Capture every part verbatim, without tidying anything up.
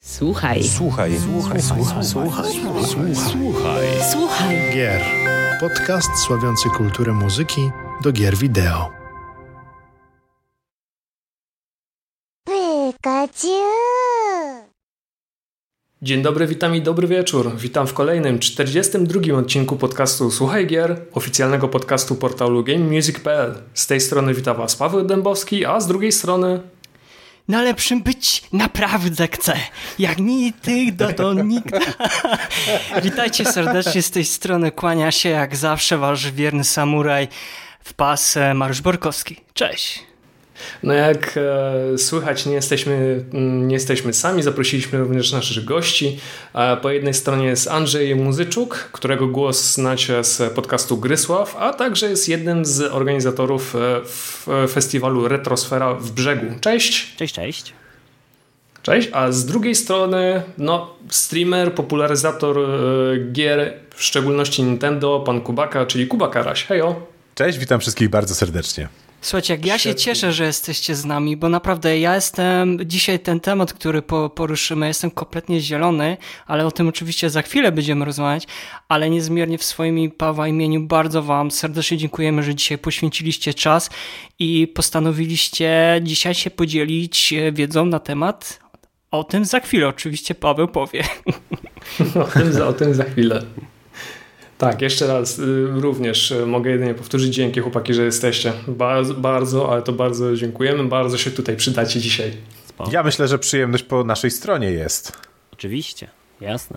Słuchaj. Słuchaj. Słuchaj. Słuchaj. Słuchaj. Słuchaj. Słuchaj. Słuchaj. Gier. Podcast sławiący kulturę muzyki do gier wideo. Pikachu! Dzień dobry, witam i dobry wieczór. Witam w kolejnym, czterdziestym drugim odcinku podcastu Słuchaj Gier, oficjalnego podcastu portalu game music kropka p l. Z tej strony witam Was Paweł Dębowski, a z drugiej strony... Na lepszym być naprawdę chcę. Jak ni ty, do to nikt. Witajcie serdecznie z tej strony. Kłania się jak zawsze wasz wierny samuraj w pas Mariusz Borkowski. Cześć. No jak e, słychać, nie jesteśmy, nie jesteśmy sami, zaprosiliśmy również naszych gości. E, po jednej stronie jest Andrzej Muzyczuk, którego głos znacie z podcastu Grysław, a także jest jednym z organizatorów e, w festiwalu Retrosfera w Brzegu. Cześć! Cześć, cześć. Cześć, a z drugiej strony no, streamer, popularyzator e, gier, w szczególności Nintendo, pan Kubaka, czyli Kuba Karaś. Hejo! Cześć, witam wszystkich bardzo serdecznie. Słuchajcie, jak ja Świetnie. się cieszę, że jesteście z nami, bo naprawdę ja jestem, dzisiaj ten temat, który po, poruszymy, jestem kompletnie zielony, ale o tym oczywiście za chwilę będziemy rozmawiać, ale niezmiernie w swoim i Pawła imieniu bardzo wam serdecznie dziękujemy, że dzisiaj poświęciliście czas i postanowiliście dzisiaj się podzielić wiedzą na temat. O tym za chwilę oczywiście Paweł powie. O tym za, o tym za chwilę. Tak, jeszcze raz y, również y, mogę jedynie powtórzyć dzięki chłopaki, że jesteście. Bardzo, bardzo, ale to bardzo dziękujemy. Bardzo się tutaj przydacie dzisiaj. Spoko. Ja myślę, że przyjemność po naszej stronie jest. Oczywiście, jasne.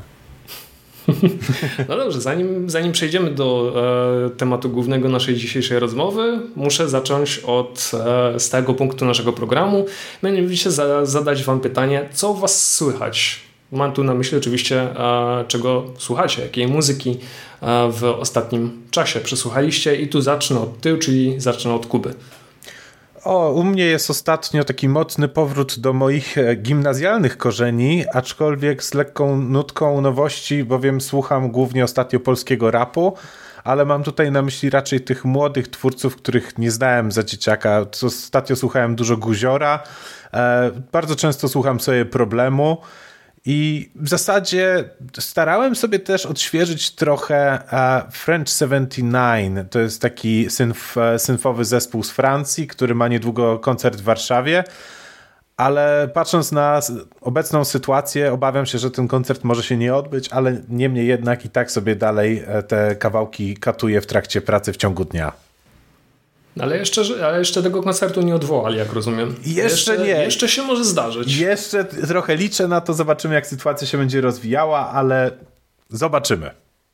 No dobrze, zanim, zanim przejdziemy do e, tematu głównego naszej dzisiejszej rozmowy, muszę zacząć od e, stałego punktu naszego programu. Mianowicie za, zadać wam pytanie, co u was słychać? Mam tu na myśli oczywiście, e, czego słuchacie, jakiej muzyki e, w ostatnim czasie przesłuchaliście. I tu zacznę od tyłu, czyli zacznę od Kuby. O, u mnie jest ostatnio taki mocny powrót do moich gimnazjalnych korzeni, aczkolwiek z lekką nutką nowości, bowiem słucham głównie ostatnio polskiego rapu, ale mam tutaj na myśli raczej tych młodych twórców, których nie znałem za dzieciaka. Ostatnio słuchałem dużo Guziora, e, bardzo często słucham sobie Problemu. I w zasadzie starałem sobie też odświeżyć trochę French siedemdziesiąt dziewięć. To jest taki synf, synfowy zespół z Francji, który ma niedługo koncert w Warszawie, ale patrząc na obecną sytuację, obawiam się, że ten koncert może się nie odbyć, ale niemniej jednak i tak sobie dalej te kawałki katuję w trakcie pracy w ciągu dnia. Ale jeszcze, ale jeszcze tego koncertu nie odwołali, jak rozumiem. Jeszcze, jeszcze nie. Jeszcze się może zdarzyć. Jeszcze trochę liczę na to, zobaczymy jak sytuacja się będzie rozwijała, ale zobaczymy.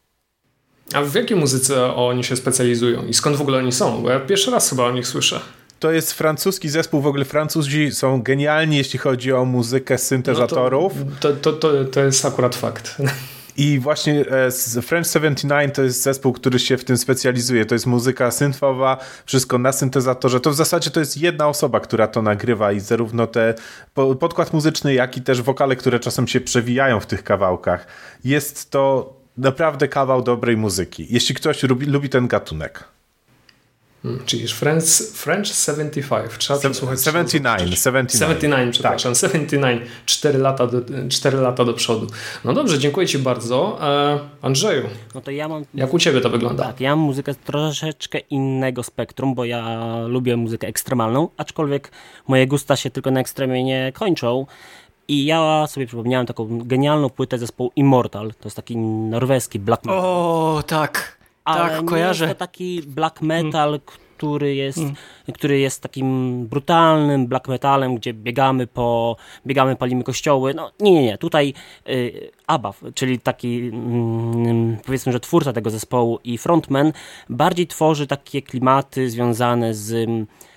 A w jakiej muzyce oni się specjalizują? I skąd w ogóle oni są? Bo ja pierwszy raz chyba o nich słyszę. To jest francuski zespół, w ogóle Francuzi są genialni, jeśli chodzi o muzykę z syntezatorów. No to, to, to, to jest akurat fakt. I właśnie French siedemdziesiąt dziewięć to jest zespół, który się w tym specjalizuje. To jest muzyka synfowa, wszystko na syntezatorze. To w zasadzie to jest jedna osoba, która to nagrywa i zarówno te podkład muzyczny, jak i też wokale, które czasem się przewijają w tych kawałkach. Jest to naprawdę kawał dobrej muzyki, jeśli ktoś lubi, lubi ten gatunek. Hmm, czyli French, French siedemdziesiąt pięć. Trzeba przesłuchać. siedemdziesiąt dziewięć. siedemdziesiąt dziewięć, przepraszam. Tak. siedemdziesiąt dziewięć. cztery lata do, cztery lata do przodu. No dobrze, dziękuję ci bardzo. E, Andrzeju, No to ja mam... jak u ciebie to wygląda? Tak, ja mam muzykę z troszeczkę innego spektrum, bo ja lubię muzykę ekstremalną, aczkolwiek moje gusta się tylko na ekstremie nie kończą. I ja sobie przypomniałem taką genialną płytę zespołu Immortal. To jest taki norweski black metal. O, tak. Ale tak, nie kojarzę. jest to taki black metal, który jest, mm. który jest takim brutalnym black metalem, gdzie biegamy po, biegamy, palimy kościoły. No nie, nie, nie. Tutaj y, Abba, czyli taki y, powiedzmy, że twórca tego zespołu i frontman bardziej tworzy takie klimaty związane z y,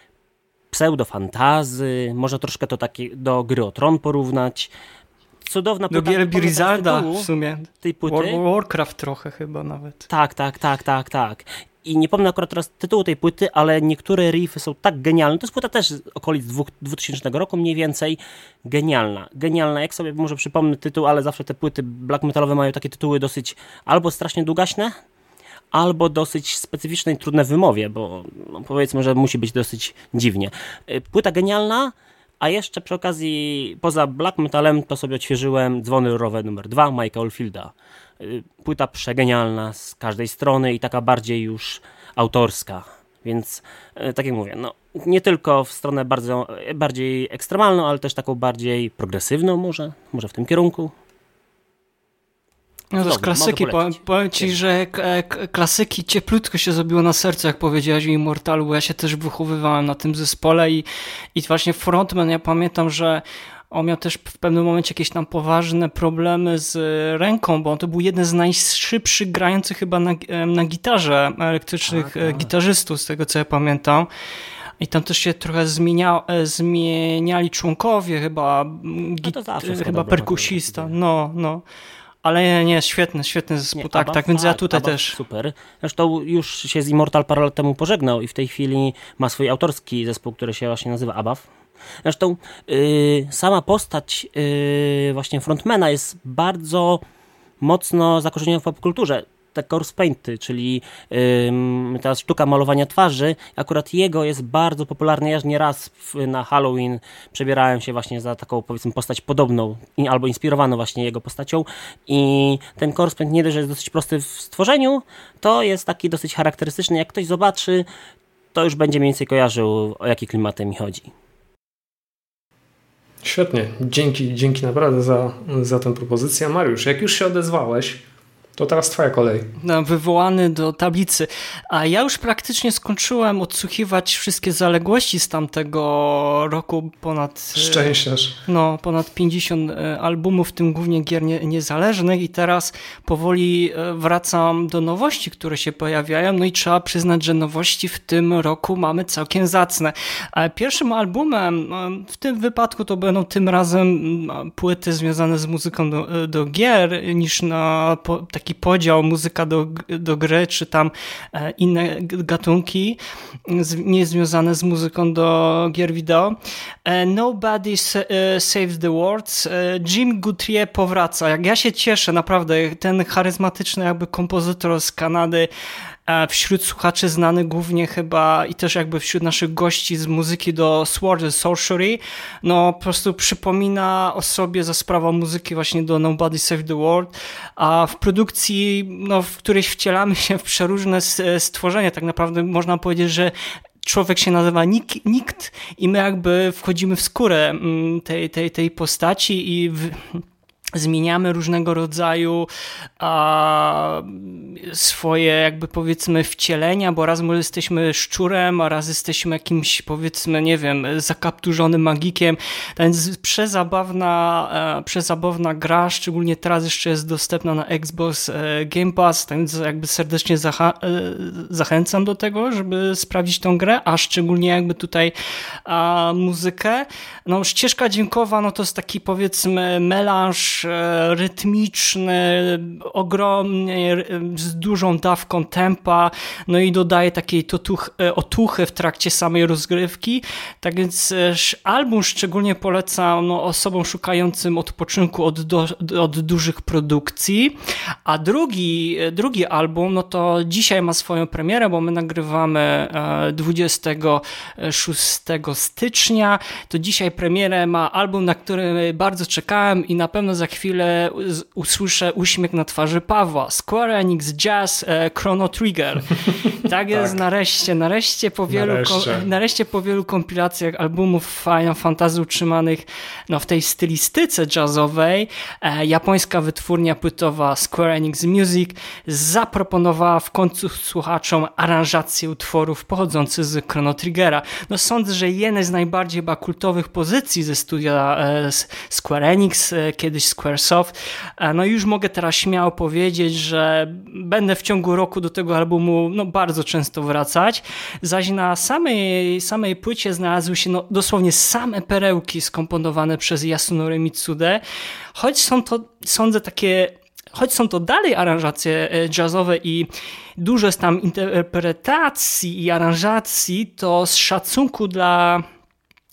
pseudofantazy. Można troszkę to takie do Gry o Tron porównać. Cudowna Do płyta. gier Blizzarda w sumie. Tej płyty. War, Warcraft trochę chyba nawet. Tak, tak, tak, tak, tak. I nie pomnę akurat teraz tytułu tej płyty, ale niektóre riffy są tak genialne. To jest płyta też z okolic dwutysięcznego roku mniej więcej. Genialna. Genialna. Jak sobie może przypomnę tytuł, ale zawsze te płyty black metalowe mają takie tytuły dosyć albo strasznie długaśne, albo dosyć specyficzne i trudne w wymowie, bo no powiedzmy, że musi być dosyć dziwnie. Płyta genialna, A jeszcze przy okazji, poza black metalem, to sobie odświeżyłem Dzwony rurowe numer dwa Mike'a Oldfielda. Płyta przegenialna z każdej strony i taka bardziej już autorska. Więc tak jak mówię, no, nie tylko w stronę bardzo, bardziej ekstremalną, ale też taką bardziej progresywną może, może w tym kierunku. No to z klasyki, powiem, powiem ci, że klasyki cieplutko się zrobiło na sercu, jak powiedziałeś o Immortalu, bo ja się też wychowywałem na tym zespole i, i właśnie frontman, ja pamiętam, że on miał też w pewnym momencie jakieś tam poważne problemy z ręką, bo on to był jeden z najszybszych grających chyba na, na gitarze elektrycznych A, gitarzystów, z tego co ja pamiętam. I tam też się trochę zmienia, zmieniali członkowie, chyba, git, no chyba perkusista, no, no. Ale nie, nie, świetny, świetny zespół, nie, tak, Abba, tak, więc ja tutaj Abba też. Super. Zresztą już się z Immortal parę lat temu pożegnał i w tej chwili ma swój autorski zespół, który się właśnie nazywa Abbath. Zresztą yy, sama postać yy, właśnie frontmana jest bardzo mocno zakorzeniona w popkulturze. Te corpse painty, czyli yy, ta sztuka malowania twarzy, akurat jego jest bardzo popularny. Ja nieraz na Halloween przebierałem się właśnie za taką, powiedzmy, postać podobną albo inspirowaną właśnie jego postacią i ten corpse paint nie dość, że jest dosyć prosty w stworzeniu, to jest taki dosyć charakterystyczny. Jak ktoś zobaczy, to już będzie mniej więcej kojarzył, o jakie klimaty mi chodzi. Świetnie, dzięki, dzięki naprawdę za, za tę propozycję. Mariusz, jak już się odezwałeś, to teraz twoja kolej. No, wywołany do tablicy. A ja już praktycznie skończyłem odsłuchiwać wszystkie zaległości z tamtego roku. Ponad Szczęściarz. No, ponad pięćdziesiąt albumów, w tym głównie gier nie, niezależnych i teraz powoli wracam do nowości, które się pojawiają. No i trzeba przyznać, że nowości w tym roku mamy całkiem zacne. Pierwszym albumem, w tym wypadku to będą tym razem płyty związane z muzyką do, do gier, niż na taki podział muzyka do, do gry, czy tam inne gatunki nie związane z muzyką do gier wideo. Nobody Saves the World. Jim Guthrie powraca. Jak ja się cieszę, naprawdę, ten charyzmatyczny jakby kompozytor z Kanady, wśród słuchaczy znany głównie chyba i też jakby wśród naszych gości z muzyki do Sword and Sorcery, no po prostu przypomina o sobie za sprawą muzyki właśnie do Nobody Save the World, a w produkcji, no w której wcielamy się w przeróżne stworzenia, tak naprawdę można powiedzieć, że człowiek się nazywa Nik, Nikt i my jakby wchodzimy w skórę tej, tej, tej postaci i w, zmieniamy różnego rodzaju a, swoje jakby powiedzmy wcielenia, bo raz może jesteśmy szczurem, a raz jesteśmy jakimś powiedzmy, nie wiem, zakapturzonym magikiem. Więc przezabawna, e, przezabawna gra, szczególnie teraz jeszcze jest dostępna na Xbox e, Game Pass, więc jakby serdecznie zacha- e, zachęcam do tego, żeby sprawdzić tą grę, a szczególnie jakby tutaj a, muzykę. No ścieżka dźwiękowa, no to jest taki powiedzmy melanż rytmiczny, ogromnie, z dużą dawką tempa, no i dodaje takiej totuch, otuchy w trakcie samej rozgrywki. Tak więc album szczególnie polecam no, osobom szukającym odpoczynku od, do, od dużych produkcji. A drugi, drugi album, no to dzisiaj ma swoją premierę, bo my nagrywamy dwudziestego szóstego stycznia. To dzisiaj premierę ma album, na który bardzo czekałem i na pewno za chwilę usłyszę uśmiech na twarzy Pawła. Square Enix Jazz e, Chrono Trigger. Tak jest, tak. nareszcie, nareszcie po wielu nareszcie. Ko- nareszcie po wielu kompilacjach albumów Final Fantasy utrzymanych no, w tej stylistyce jazzowej. E, japońska wytwórnia płytowa Square Enix Music zaproponowała w końcu słuchaczom aranżację utworów pochodzących z Chrono Triggera. No sądzę, że jedna z najbardziej chyba kultowych pozycji ze studia e, Square Enix, e, kiedyś Squaresoft. No już mogę teraz śmiało powiedzieć, że będę w ciągu roku do tego albumu no, bardzo często wracać, zaś na samej, samej płycie znalazły się no, dosłownie same perełki skomponowane przez Yasunori Mitsude, choć są to, sądzę, takie choć są to dalej aranżacje jazzowe i dużo jest tam interpretacji i aranżacji, to z szacunku dla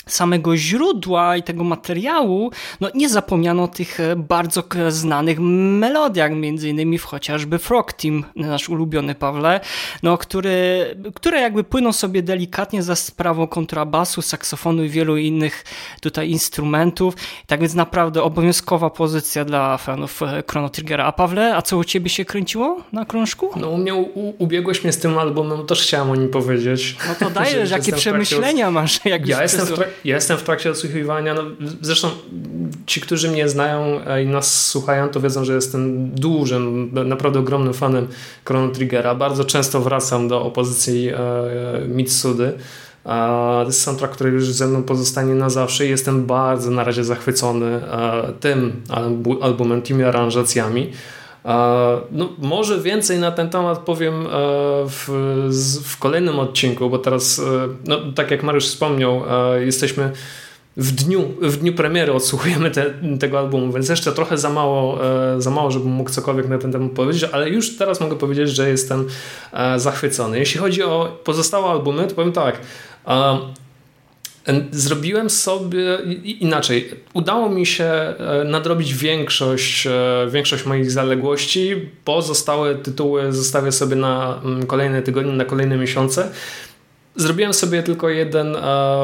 samego źródła i tego materiału, no nie zapomniano o tych bardzo znanych melodiach, między innymi w chociażby Frog Team, nasz ulubiony, Pawle, no, który, które jakby płyną sobie delikatnie za sprawą kontrabasu, saksofonu i wielu innych tutaj instrumentów. Tak więc naprawdę obowiązkowa pozycja dla fanów Chrono Triggera. A Pawle, a co u ciebie się kręciło na krążku? No u mnie u, ubiegłeś mnie z tym albumem, też chciałem o nim powiedzieć. No to dajesz, jakie przemyślenia od... masz? Jak ja jestem w trak- Ja jestem w trakcie odsłuchiwania, no, zresztą ci, którzy mnie znają i nas słuchają, to wiedzą, że jestem dużym, naprawdę ogromnym fanem Chrono Triggera. Bardzo często wracam do opozycji e, Mitsudy. E, to jest soundtrack, który już ze mną pozostanie na zawsze i jestem bardzo na razie zachwycony e, tym albumem, tymi aranżacjami. No, może więcej na ten temat powiem w, w kolejnym odcinku, bo teraz, no, tak jak Mariusz wspomniał, jesteśmy w dniu, w dniu premiery, odsłuchujemy te, tego albumu, więc jeszcze trochę za mało, za mało, żebym mógł cokolwiek na ten temat powiedzieć, ale już teraz mogę powiedzieć, że jestem zachwycony. Jeśli chodzi o pozostałe albumy, to powiem tak. Zrobiłem sobie inaczej. Udało mi się nadrobić większość, większość moich zaległości. Pozostałe tytuły zostawię sobie na kolejne tygodnie, na kolejne miesiące. Zrobiłem sobie tylko jeden,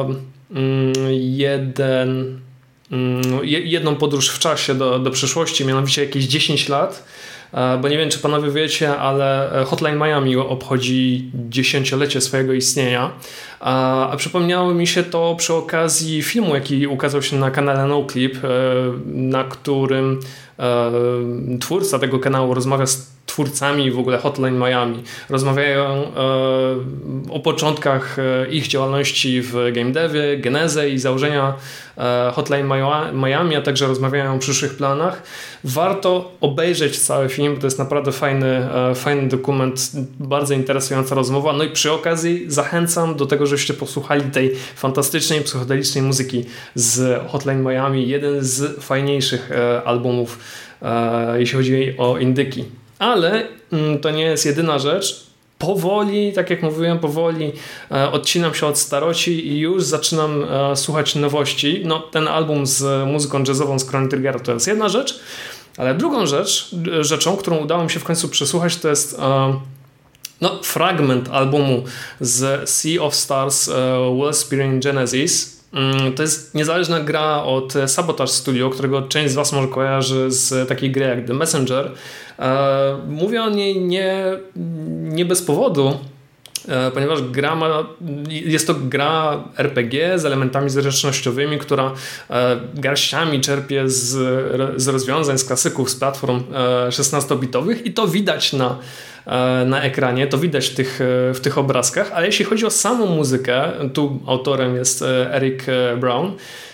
jeden jedną podróż w czasie do, do przyszłości, mianowicie jakieś dziesięć lat. Bo nie wiem, czy panowie wiecie, ale Hotline Miami obchodzi dziesięciolecie swojego istnienia. A przypomniało mi się to przy okazji filmu, jaki ukazał się na kanale NoClip, na którym twórca tego kanału rozmawia z twórcami w ogóle Hotline Miami. Rozmawiają o początkach ich działalności w game devie, genezę i założenia Hotline Miami, a także rozmawiają o przyszłych planach. Warto obejrzeć cały film, bo to jest naprawdę fajny, fajny dokument, bardzo interesująca rozmowa. No i przy okazji zachęcam do tego, żebyście posłuchali tej fantastycznej, psychodelicznej muzyki z Hotline Miami. Jeden z fajniejszych albumów, jeśli chodzi o indyki. Ale to nie jest jedyna rzecz. Powoli, tak jak mówiłem, powoli odcinam się od staroci i już zaczynam słuchać nowości. No, ten album z muzyką jazzową z Chrono Triggera to jest jedna rzecz, ale drugą rzecz, rzeczą, którą udało mi się w końcu przesłuchać, to jest no, fragment albumu z Sea of Stars Wellspring Genesis. To jest niezależna gra od Sabotage Studio, którego część z was może kojarzy z takiej gry jak The Messenger. Mówię o niej nie, nie bez powodu, ponieważ gra ma, jest to gra er pe gie z elementami zręcznościowymi, która garściami czerpie z, z rozwiązań, z klasyków, z platform szesnastobitowych i to widać na, na ekranie, to widać w tych, w tych obrazkach, ale jeśli chodzi o samą muzykę, tu autorem jest Eric Brown,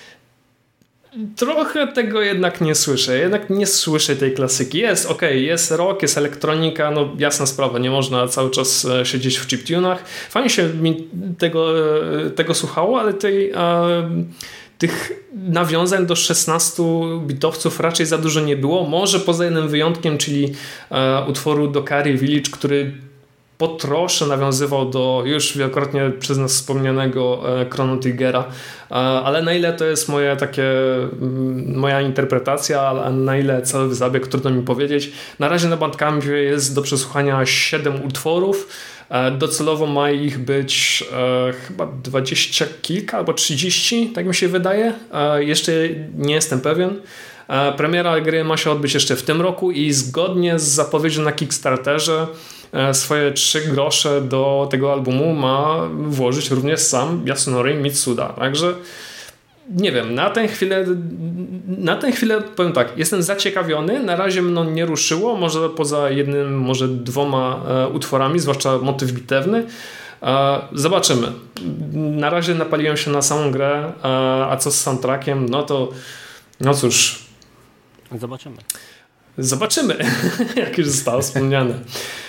trochę tego jednak nie słyszę. Jednak nie słyszę tej klasyki. Jest, okej, okay, jest rock, jest elektronika, no jasna sprawa, nie można cały czas siedzieć w chiptunach. Fajnie się mi tego, tego słuchało, ale tej, e, tych nawiązań do szesnastu bitowców raczej za dużo nie było. Może poza jednym wyjątkiem, czyli e, utworu Dokari Village, który po trosze nawiązywał do już wielokrotnie przez nas wspomnianego Chrono Triggera, ale na ile to jest moje takie, moja interpretacja, a na ile cały zabieg, trudno mi powiedzieć. Na razie na Bandcampie jest do przesłuchania siedem utworów, docelowo ma ich być e, chyba dwadzieścia kilka albo trzydzieści, tak mi się wydaje, e, jeszcze nie jestem pewien. E, premiera gry ma się odbyć jeszcze w tym roku i zgodnie z zapowiedzią na Kickstarterze swoje trzy grosze do tego albumu ma włożyć również sam Yasunori Mitsuda. Także nie wiem, na tę chwilę na tę chwilę powiem tak, jestem zaciekawiony, na razie mną nie ruszyło, może poza jednym, może dwoma e, utworami, zwłaszcza motyw bitewny. E, zobaczymy. Na razie napaliłem się na samą grę, e, a co z soundtrackiem, no to no cóż. Zobaczymy. Zobaczymy, jak już zostało wspomniane.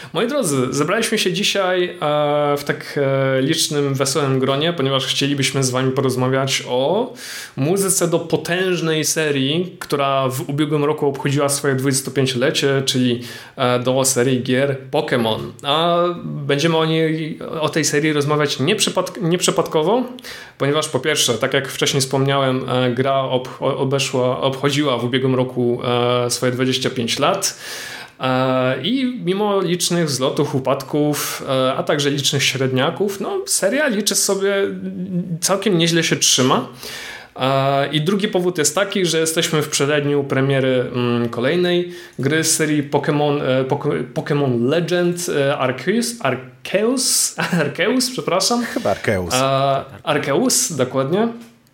Moi drodzy, zebraliśmy się dzisiaj w tak licznym, wesołym gronie, ponieważ chcielibyśmy z wami porozmawiać o muzyce do potężnej serii, która w ubiegłym roku obchodziła swoje dwudziestopięciolecie, czyli do serii gier Pokémon. A będziemy o niej, o tej serii rozmawiać nieprzypad- nieprzypadkowo, ponieważ po pierwsze, tak jak wcześniej wspomniałem, gra ob- obeszła, obchodziła w ubiegłym roku swoje dwadzieścia pięć lat. I mimo licznych wzlotów, upadków, a także licznych średniaków, no seria liczy sobie, całkiem nieźle się trzyma. I drugi powód jest taki, że jesteśmy w przededniu premiery kolejnej gry z serii Pokémon, Pokémon Legend Arceus, Arceus, Arceus, przepraszam. Chyba Arceus. Arceus, dokładnie.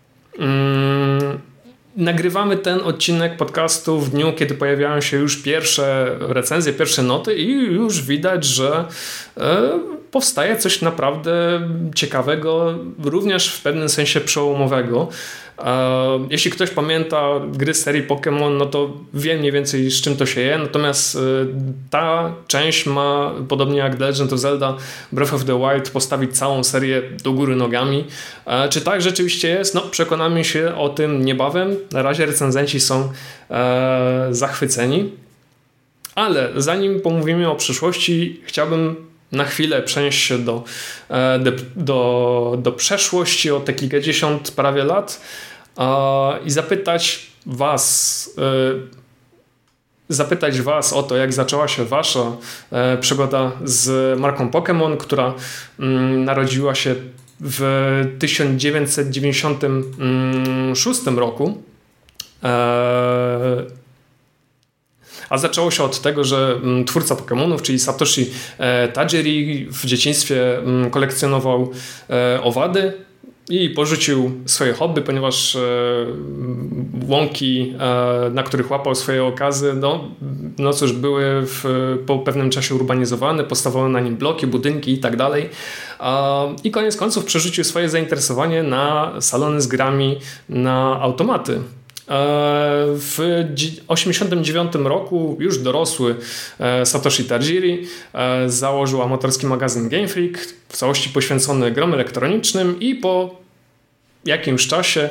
Nagrywamy ten odcinek podcastu w dniu, kiedy pojawiają się już pierwsze recenzje, pierwsze noty i już widać, że powstaje coś naprawdę ciekawego, również w pewnym sensie przełomowego. Jeśli ktoś pamięta gry z serii Pokémon, no to wie mniej więcej z czym to się je, natomiast ta część ma, podobnie jak The Legend of Zelda Breath of the Wild, postawić całą serię do góry nogami. Czy tak rzeczywiście jest? No przekonamy się o tym niebawem. Na razie recenzenci są e, zachwyceni. Ale zanim pomówimy o przyszłości, chciałbym na chwilę przenieść się do, do, do, do przeszłości o te kilkadziesiąt prawie lat i zapytać was, zapytać was o to, jak zaczęła się wasza przygoda z marką Pokémon, która narodziła się w tysiąc dziewięćset dziewięćdziesiątym szóstym roku. A zaczęło się od tego, że twórca Pokémonów, czyli Satoshi Tajiri, w dzieciństwie kolekcjonował owady i porzucił swoje hobby, ponieważ łąki, na których łapał swoje okazy, no, no cóż, były w, po pewnym czasie urbanizowane, powstawały na nim bloki, budynki i tak dalej. I koniec końców przerzucił swoje zainteresowanie na salony z grami, na automaty. W osiemdziesiątym dziewiątym roku już dorosły Satoshi Tajiri założył amatorski magazyn Game Freak, w całości poświęcony grom elektronicznym i po jakimś czasie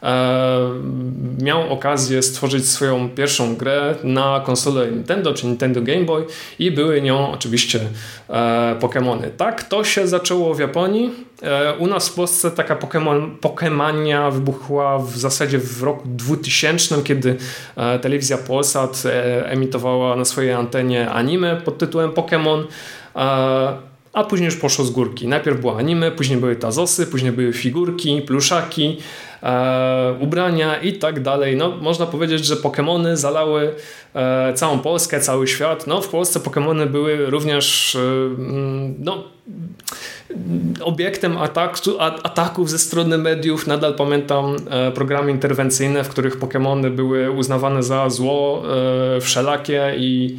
miał okazję stworzyć swoją pierwszą grę na konsolę Nintendo, czy Nintendo Game Boy i były nią oczywiście Pokémony. Tak, to się zaczęło w Japonii. U nas w Polsce taka Pokemon, Pokemania wybuchła w zasadzie w roku dwutysięcznym, kiedy telewizja Polsat emitowała na swojej antenie anime pod tytułem Pokémon, a później już poszło z górki. Najpierw było anime, później były tazosy, później były figurki, pluszaki, e, ubrania i tak dalej. No, można powiedzieć, że Pokemony zalały e, całą Polskę, cały świat. No, w Polsce Pokemony były również e, no, obiektem ataku, ataków ze strony mediów. Nadal pamiętam e, programy interwencyjne, w których Pokemony były uznawane za zło e, wszelakie i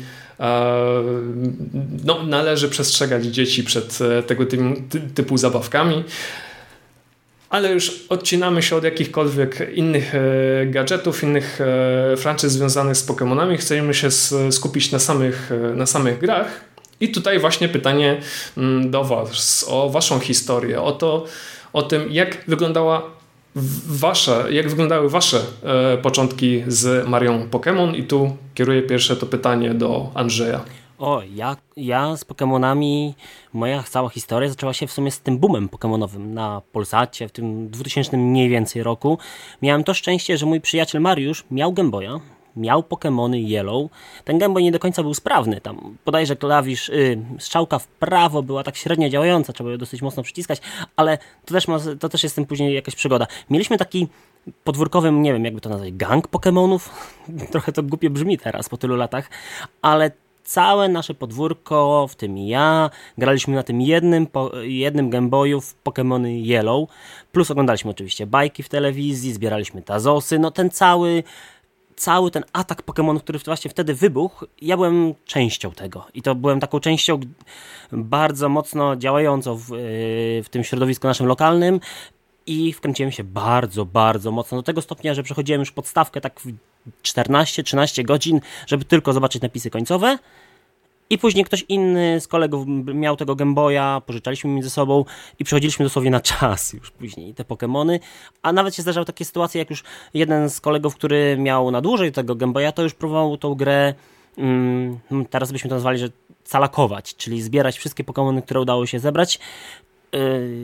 no, należy przestrzegać dzieci przed tego typu zabawkami. Ale już odcinamy się od jakichkolwiek innych gadżetów, innych franczyz związanych z Pokemonami. Chcemy się skupić na samych, na samych grach. I tutaj właśnie pytanie do was o waszą historię, o to, o tym, jak wyglądała Wasze, jak wyglądały wasze e, początki z Marią Pokémon i tu kieruję pierwsze to pytanie do Andrzeja. O, ja, ja z Pokémonami, moja cała historia zaczęła się w sumie z tym boomem pokemonowym na Polsacie w tym dwutysięcznym mniej więcej roku. Miałem to szczęście, że mój przyjaciel Mariusz miał Game Boya, miał Pokémony Yellow. Ten Game Boy nie do końca był sprawny. Tam bodajże klawisz, yy, strzałka w prawo była tak średnio działająca, trzeba ją dosyć mocno przyciskać, ale to też, ma, to też jest z tym później jakaś przygoda. Mieliśmy taki podwórkowy, nie wiem jakby to nazwać, gang Pokémonów. Trochę to głupio brzmi teraz po tylu latach, ale całe nasze podwórko, w tym ja, graliśmy na tym jednym, po, jednym Game Boyu w Pokémony Yellow, plus oglądaliśmy oczywiście bajki w telewizji, zbieraliśmy tazosy, no ten cały cały ten atak Pokémonów, który właśnie wtedy wybuchł, ja byłem częścią tego. I to byłem taką częścią bardzo mocno działającą w, w tym środowisku naszym lokalnym i wkręciłem się bardzo, bardzo mocno. Do tego stopnia, że przechodziłem już podstawkę tak w czternaście trzynaście godzin, żeby tylko zobaczyć napisy końcowe I później ktoś inny z kolegów miał tego Game Boya, pożyczaliśmy między sobą i przechodziliśmy dosłownie na czas już później te Pokemony. A nawet się zdarzały takie sytuacje, jak już jeden z kolegów, który miał na dłużej tego Game Boya, to już próbował tą grę, hmm, teraz byśmy to nazwali, że calakować, czyli zbierać wszystkie Pokemony, które udało się zebrać. Yy,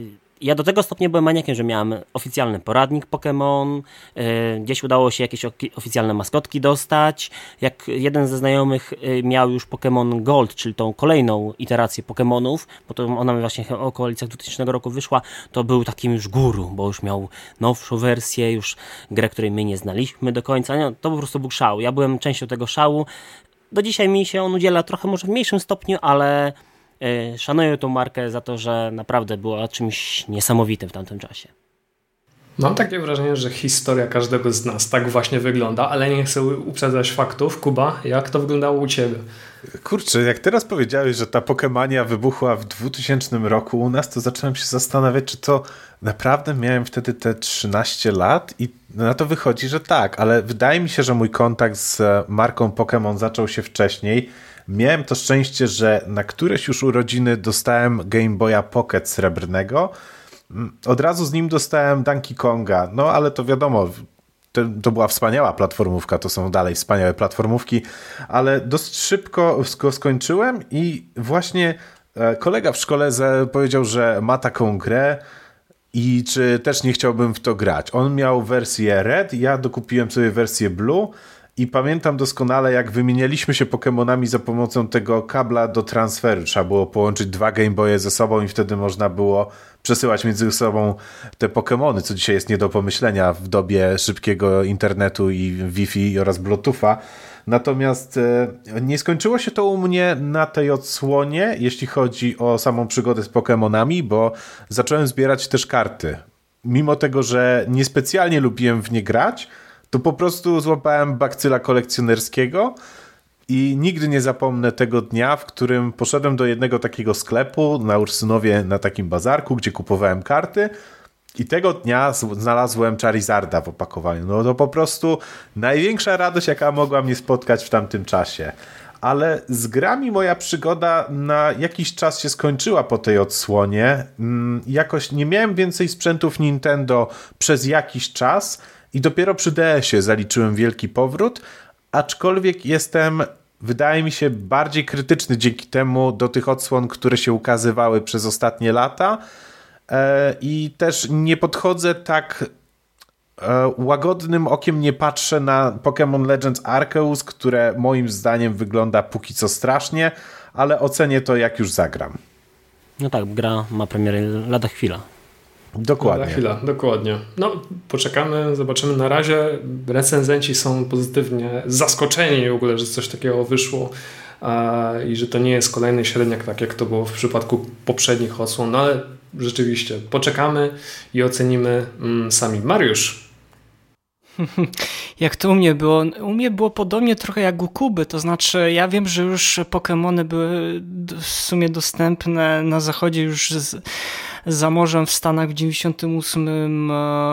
Ja do tego stopnia byłem maniakiem, że miałem oficjalny poradnik Pokémon, yy, gdzieś udało się jakieś oficjalne maskotki dostać. Jak jeden ze znajomych yy, miał już Pokémon Gold, czyli tą kolejną iterację Pokémonów, bo to ona właśnie w okolicach dwutysięcznego roku wyszła, to był takim już guru, bo już miał nowszą wersję, już grę, której my nie znaliśmy do końca. Nie, to po prostu był szał. Ja byłem częścią tego szału. Do dzisiaj mi się on udziela trochę może w mniejszym stopniu, ale szanuję tą markę za to, że naprawdę była czymś niesamowitym w tamtym czasie. Mam takie wrażenie, że historia każdego z nas tak właśnie wygląda, ale nie chcę uprzedzać faktów. Kuba, jak to wyglądało u ciebie? Kurczę, jak teraz powiedziałeś, że ta Pokemania wybuchła w dwutysięcznym roku u nas, to zacząłem się zastanawiać, czy to naprawdę miałem wtedy te trzynaście lat i na to wychodzi, że tak, ale wydaje mi się, że mój kontakt z marką Pokémon zaczął się wcześniej. Miałem to szczęście, że na któreś już urodziny dostałem Game Boya Pocket srebrnego. Od razu z nim dostałem Donkey Konga, no ale to wiadomo, to, to była wspaniała platformówka, to są dalej wspaniałe platformówki, ale dosyć szybko go skończyłem i właśnie kolega w szkole powiedział, że ma taką grę i czy też nie chciałbym w to grać. On miał wersję Red, ja dokupiłem sobie wersję Blue. I pamiętam doskonale, jak wymienialiśmy się Pokemonami za pomocą tego kabla do transferu. Trzeba było połączyć dwa Game Boye ze sobą i wtedy można było przesyłać między sobą te Pokemony, co dzisiaj jest nie do pomyślenia w dobie szybkiego internetu i Wi-Fi oraz Bluetootha. Natomiast e, nie skończyło się to u mnie na tej odsłonie, jeśli chodzi o samą przygodę z Pokemonami, bo zacząłem zbierać też karty. Mimo tego, że niespecjalnie lubiłem w nie grać, to po prostu złapałem bakcyla kolekcjonerskiego i nigdy nie zapomnę tego dnia, w którym poszedłem do jednego takiego sklepu na Ursynowie, na takim bazarku, gdzie kupowałem karty i tego dnia znalazłem Charizarda w opakowaniu. No to po prostu największa radość, jaka mogła mnie spotkać w tamtym czasie. Ale z grami moja przygoda na jakiś czas się skończyła po tej odsłonie. Jakoś nie miałem więcej sprzętów Nintendo przez jakiś czas, i dopiero przy D S ie zaliczyłem wielki powrót, aczkolwiek jestem, wydaje mi się, bardziej krytyczny dzięki temu do tych odsłon, które się ukazywały przez ostatnie lata i też nie podchodzę tak łagodnym okiem, nie patrzę na Pokémon Legends Arceus, które moim zdaniem wygląda póki co strasznie, ale ocenię to, jak już zagram. No tak, gra ma premierę lada chwila. Dokładnie. Na chwilę, dokładnie. No, poczekamy, zobaczymy. Na razie recenzenci są pozytywnie zaskoczeni w ogóle, że coś takiego wyszło e, i że to nie jest kolejny średniak, tak jak to było w przypadku poprzednich odsłon, no ale rzeczywiście poczekamy i ocenimy mm, sami. Mariusz. Jak to u mnie było? U mnie było podobnie trochę jak u Kuby, to znaczy ja wiem, że już Pokemony były w sumie dostępne na zachodzie już z, za morzem w Stanach w dziewięćdziesiątym ósmym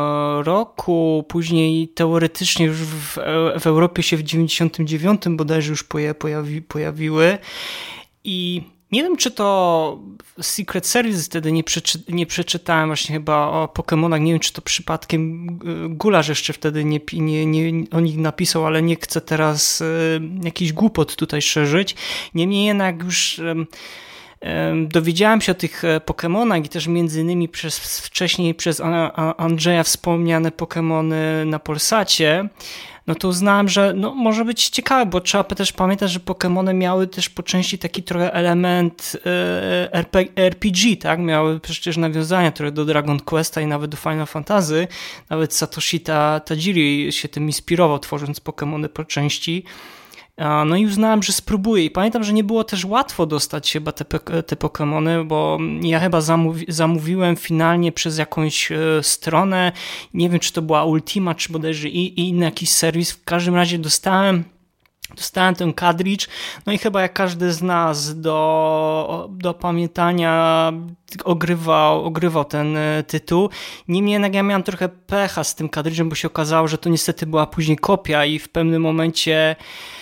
roku, później teoretycznie już w, w Europie się w dziewięćdziesiątym dziewiątym bodajże już pojawi, pojawiły i nie wiem, czy to Secret Service wtedy nie, przeczy, nie przeczytałem właśnie chyba o Pokemonach, nie wiem, czy to przypadkiem Gularz jeszcze wtedy nie, nie, nie, o nich napisał, ale nie chcę teraz y, jakiś głupot tutaj szerzyć. Niemniej jednak już y, y, dowiedziałem się o tych Pokemonach i też między innymi przez, wcześniej przez Andrzeja wspomniane Pokemony na Polsacie, no to uznałem, że no, może być ciekawe, bo trzeba też pamiętać, że Pokemony miały też po części taki trochę element e, R P, R P G, tak? Miały przecież nawiązania trochę do Dragon Questa i nawet do Final Fantasy. Nawet Satoshi Tajiri się tym inspirował, tworząc Pokemony po części. No i uznałem, że spróbuję. I pamiętam, że nie było też łatwo dostać chyba te, te Pokemony, bo ja chyba zamówi, zamówiłem finalnie przez jakąś e, stronę, nie wiem, czy to była Ultima, czy bodajże i, i inny jakiś serwis. W każdym razie dostałem Dostałem ten cartridge, no i chyba jak każdy z nas do, do pamiętania ogrywał, ogrywał ten tytuł. Niemniej jednak ja miałem trochę pecha z tym cartridge'em, bo się okazało, że to niestety była później kopia i w pewnym momencie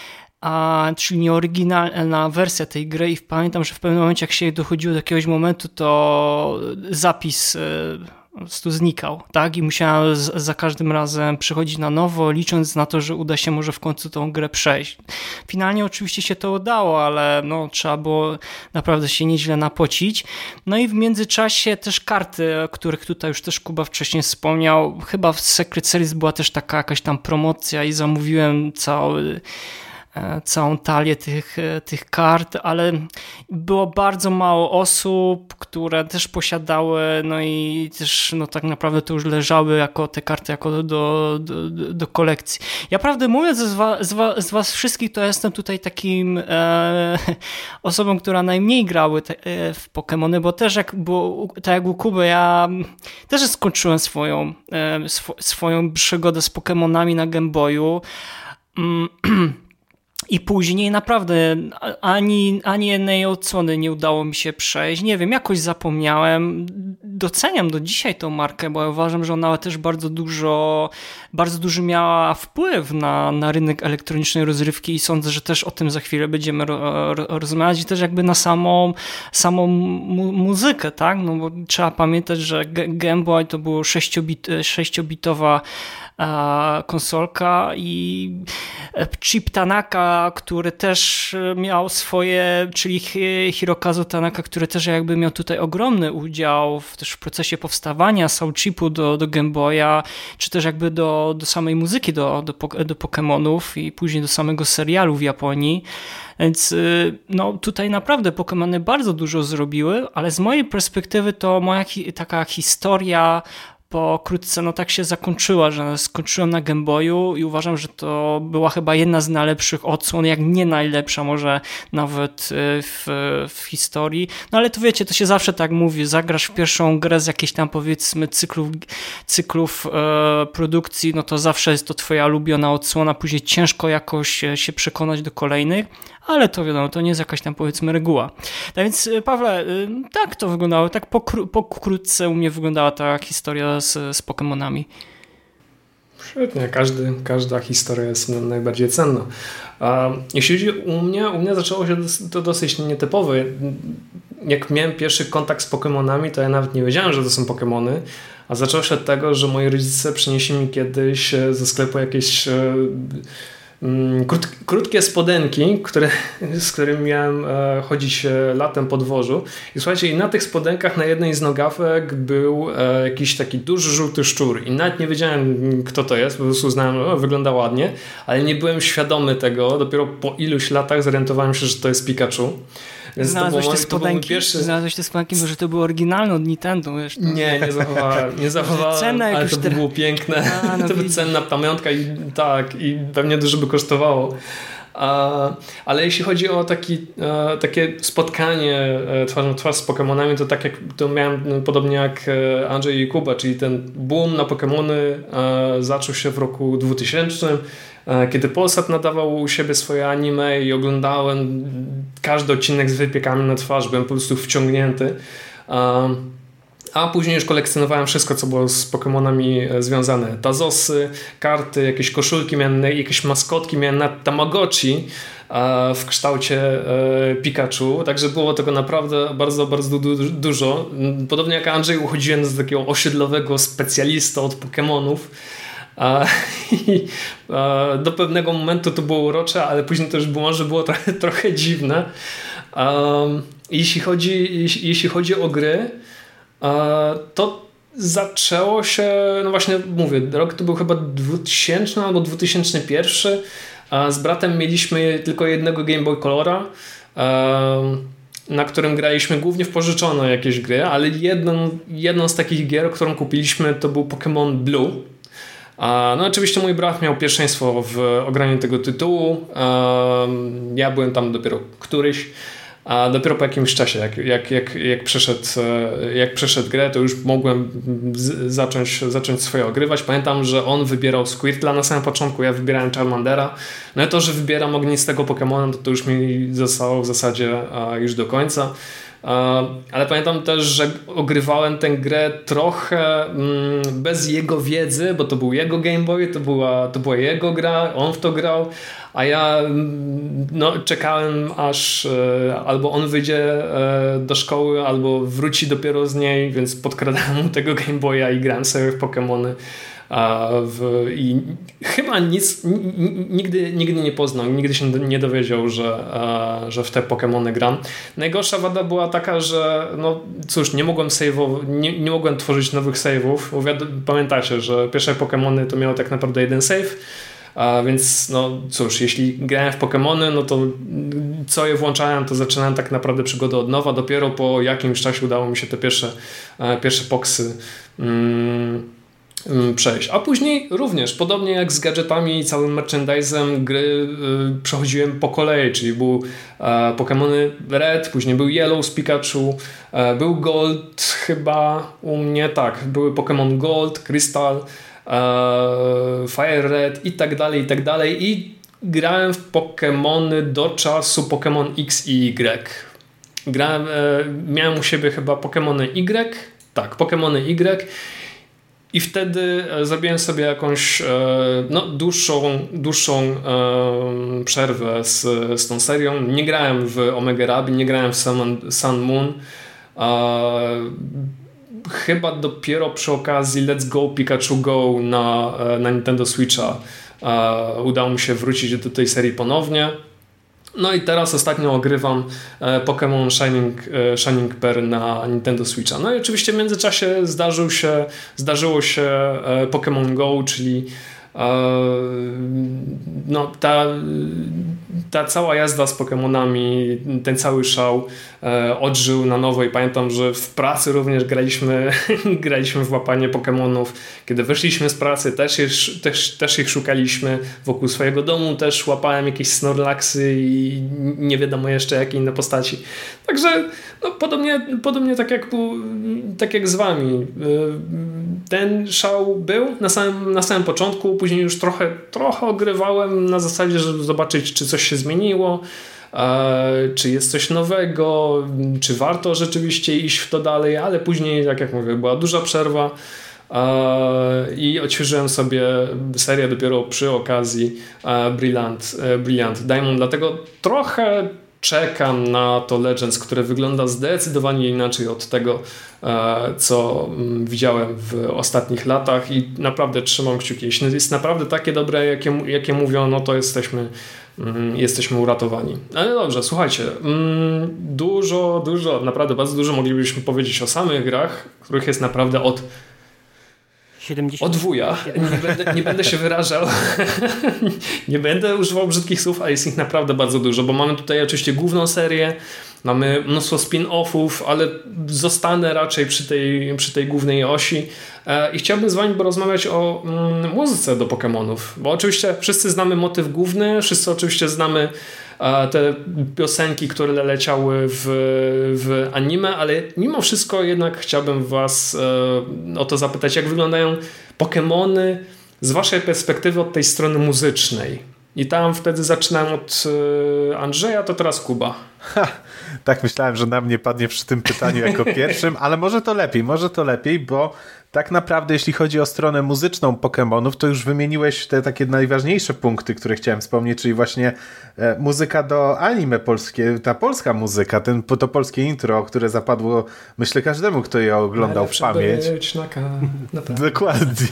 a, czyli nieoryginalna wersja tej gry i pamiętam, że w pewnym momencie jak się dochodziło do jakiegoś momentu, to zapis po prostu znikał, tak? I musiałem z, za każdym razem przychodzić na nowo, licząc na to, że uda się może w końcu tą grę przejść. Finalnie oczywiście się to udało, ale no, trzeba było naprawdę się nieźle napocić. No i w międzyczasie też karty, o których tutaj już też Kuba wcześniej wspomniał, chyba w Secret Series była też taka jakaś tam promocja i zamówiłem cały całą talię tych, tych kart, ale było bardzo mało osób, które też posiadały, no i też no tak naprawdę to już leżały jako te karty jako do, do, do, do kolekcji. Ja prawdę mówiąc, z was, z was, z was wszystkich to jestem tutaj takim e, osobą, która najmniej grały te, e, w Pokemony, bo też jak było, tak jak u Kuby, ja też skończyłem swoją, e, sw- swoją przygodę z Pokemonami na Game Boyu. Mm, I później naprawdę ani, ani jednej odsłony nie udało mi się przejść. Nie wiem, jakoś zapomniałem. Doceniam do dzisiaj tą markę, bo ja uważam, że ona też bardzo dużo, bardzo duży miała wpływ na, na rynek elektronicznej rozrywki i sądzę, że też o tym za chwilę będziemy ro, ro, rozmawiać i też jakby na samą, samą mu, muzykę, tak? No bo trzeba pamiętać, że Game Boy to było sześciobit, sześciobitowa konsolka i Chip Tanaka, który też miał swoje, czyli Hirokazu Tanaka, który też jakby miał tutaj ogromny udział w, też w procesie powstawania Soul Chipu do, do Game Boya, czy też jakby do, do samej muzyki do, do, do Pokemonów i później do samego serialu w Japonii. Więc no, tutaj naprawdę Pokemony bardzo dużo zrobiły, ale z mojej perspektywy to moja hi- taka historia pokrótce no tak się zakończyła, że skończyłem na Game Boyu i uważam, że to była chyba jedna z najlepszych odsłon, jak nie najlepsza może nawet w, w historii. No ale to wiecie, to się zawsze tak mówi, zagrasz w pierwszą grę z jakichś tam powiedzmy cyklów, cyklów e, produkcji, no to zawsze jest to twoja ulubiona odsłona, później ciężko jakoś się przekonać do kolejnych, ale to wiadomo, to nie jest jakaś tam powiedzmy reguła. Tak więc Pawle, tak to wyglądało, tak pokró- pokrótce u mnie wyglądała ta historia z, z Pokemonami. Świetnie, każdy, każda historia jest najbardziej cenna. A jeśli chodzi u mnie, u mnie zaczęło się to dosyć nietypowe. Jak miałem pierwszy kontakt z Pokemonami, to ja nawet nie wiedziałem, że to są Pokemony, a zaczęło się od tego, że moi rodzice przynieśli mi kiedyś ze sklepu jakieś Krót, krótkie spodenki, które, z którymi miałem e, chodzić latem po dworzu. I słuchajcie, i na tych spodenkach na jednej z nogawek był e, jakiś taki duży żółty szczur. I nawet nie wiedziałem, kto to jest, po prostu uznałem, że wygląda ładnie, ale nie byłem świadomy tego. Dopiero po iluś latach zorientowałem się, że to jest Pikachu. Więc znalazłeś to te spodenki? Pierwszy... Znalazłeś te spodenki, może to było oryginalne od Nintendo, wiesz? To... Nie, nie zachowałem, nie zachowałem, ale to by było piękne. A, no to by cenna pamiątka i tak, i pewnie dużo by kosztowało. A, ale jeśli chodzi o taki, a, takie spotkanie twarzą w twarz z Pokemonami, to tak jak to miałem no, podobnie jak Andrzej i Kuba, czyli ten boom na Pokemony a, zaczął się w roku dwutysięcznym, kiedy Polsat nadawał u siebie swoje anime i oglądałem każdy odcinek z wypiekami na twarz, byłem po prostu wciągnięty. A później już kolekcjonowałem wszystko, co było z Pokemonami związane. Tazosy, karty, jakieś koszulki, miałem jakieś maskotki, miałem nawet Tamagotchi w kształcie Pikachu, także było tego naprawdę bardzo, bardzo dużo. Podobnie jak Andrzej, uchodziłem z takiego osiedlowego specjalista od Pokemonów. A, i, a, do pewnego momentu to było urocze, ale później to już było, może było trochę, trochę dziwne. A, jeśli, chodzi, jeśli, jeśli chodzi o gry, a, to zaczęło się, no właśnie mówię, rok to był chyba dwutysięczny albo dwa tysiące pierwszy. A z bratem mieliśmy tylko jednego Game Boy Colora, a, na którym graliśmy głównie w pożyczone jakieś gry, ale jedną, jedną z takich gier, którą kupiliśmy, to był Pokémon Blue. No oczywiście mój brat miał pierwszeństwo w ograniu tego tytułu. Ja byłem tam dopiero któryś, a dopiero po jakimś czasie, jak, jak, jak, jak, przeszedł, jak przeszedł grę, to już mogłem z, zacząć, zacząć swoje ogrywać. Pamiętam, że on wybierał Squirtla na samym początku, ja wybierałem Charmandera. No i to, że wybieram ognistego Pokemona, to, to już mi zostało w zasadzie już do końca. ale pamiętam też, że ogrywałem tę grę trochę bez jego wiedzy, bo to był jego Game Boy, to była, to była jego gra, on w to grał, a ja no, czekałem aż albo on wyjdzie do szkoły, albo wróci dopiero z niej, więc podkradałem mu tego Game Boya i grałem sobie w Pokemony. W, i chyba nic nigdy, nigdy nie poznał, nigdy się nie dowiedział, że, że w te Pokemony gram. Najgorsza wada była taka, że no cóż, nie mogłem save'ować, nie, nie mogłem tworzyć nowych save'ów, bo pamiętacie, że pierwsze Pokemony to miały tak naprawdę jeden save, a więc no cóż, jeśli grałem w Pokemony, no to co je włączałem, to zaczynałem tak naprawdę przygodę od nowa, dopiero po jakimś czasie udało mi się te pierwsze, pierwsze poksy mm, przejść. A później również, podobnie jak z gadżetami i całym merchandisem gry y, przechodziłem po kolei, czyli był e, Pokemony Red, później był Yellow z Pikachu, e, był Gold chyba u mnie, tak, były Pokemon Gold, Crystal, e, Fire Red i tak dalej, i tak dalej i grałem w Pokemony do czasu Pokemon X i Y. Grałem, e, miałem u siebie chyba Pokemony Y, tak, Pokemony Y. I wtedy zrobiłem sobie jakąś no, dłuższą, dłuższą e, przerwę z, z tą serią. Nie grałem w Omega Ruby, nie grałem w Sun, Sun Moon. E, chyba dopiero przy okazji Let's Go Pikachu Go na, na Nintendo Switcha e, udało mi się wrócić do tej serii ponownie. No i teraz ostatnio ogrywam Pokémon Shining, Shining Pearl na Nintendo Switcha. No i oczywiście w międzyczasie zdarzył się, zdarzyło się Pokémon Go, czyli no, ta, ta cała jazda z Pokemonami, ten cały szał odżył na nowo i pamiętam, że w pracy również graliśmy, graliśmy w łapanie Pokemonów. Kiedy wyszliśmy z pracy, też, je, też, też ich szukaliśmy. Wokół swojego domu też łapałem jakieś Snorlaxy i nie wiadomo jeszcze jakie inne postaci. Także no, podobnie, podobnie tak, jak, tak jak z wami. Ten szał był na samym, na samym początku, później już trochę, trochę ogrywałem na zasadzie, żeby zobaczyć, czy coś się zmieniło, czy jest coś nowego, czy warto rzeczywiście iść w to dalej, ale później, tak jak mówię, była duża przerwa i odświeżyłem sobie serię dopiero przy okazji Brilliant, Brilliant Diamond, dlatego trochę czekam na to Legends, które wygląda zdecydowanie inaczej od tego, co widziałem w ostatnich latach i naprawdę trzymam kciuki. Jeśli jest naprawdę takie dobre, jakie, jakie mówią, no to jesteśmy, jesteśmy uratowani. Ale dobrze, słuchajcie, dużo, dużo, naprawdę bardzo dużo moglibyśmy powiedzieć o samych grach, których jest naprawdę od siedemdziesiąt Od wuja. Nie będę, nie będę się wyrażał. Nie będę używał brzydkich słów, ale jest ich naprawdę bardzo dużo, bo mamy tutaj oczywiście główną serię, mamy mnóstwo spin-offów, ale zostanę raczej przy tej, przy tej głównej osi i chciałbym z wami porozmawiać o mm, muzyce do Pokemonów, bo oczywiście wszyscy znamy motyw główny, wszyscy oczywiście znamy te piosenki, które leciały w, w anime, ale mimo wszystko jednak chciałbym was e, o to zapytać, jak wyglądają Pokemony z waszej perspektywy od tej strony muzycznej. I tam wtedy zaczynałem od e, Andrzeja, to teraz Kuba. Ha, tak myślałem, że na mnie padnie przy tym pytaniu jako pierwszym, ale może to lepiej, może to lepiej, bo tak naprawdę jeśli chodzi o stronę muzyczną Pokemonów, to już wymieniłeś te takie najważniejsze punkty, które chciałem wspomnieć, czyli właśnie e, muzyka do anime polskie, ta polska muzyka, ten, to polskie intro, które zapadło, myślę, każdemu, kto je oglądał w pamięć. Na ka- na Dokładnie.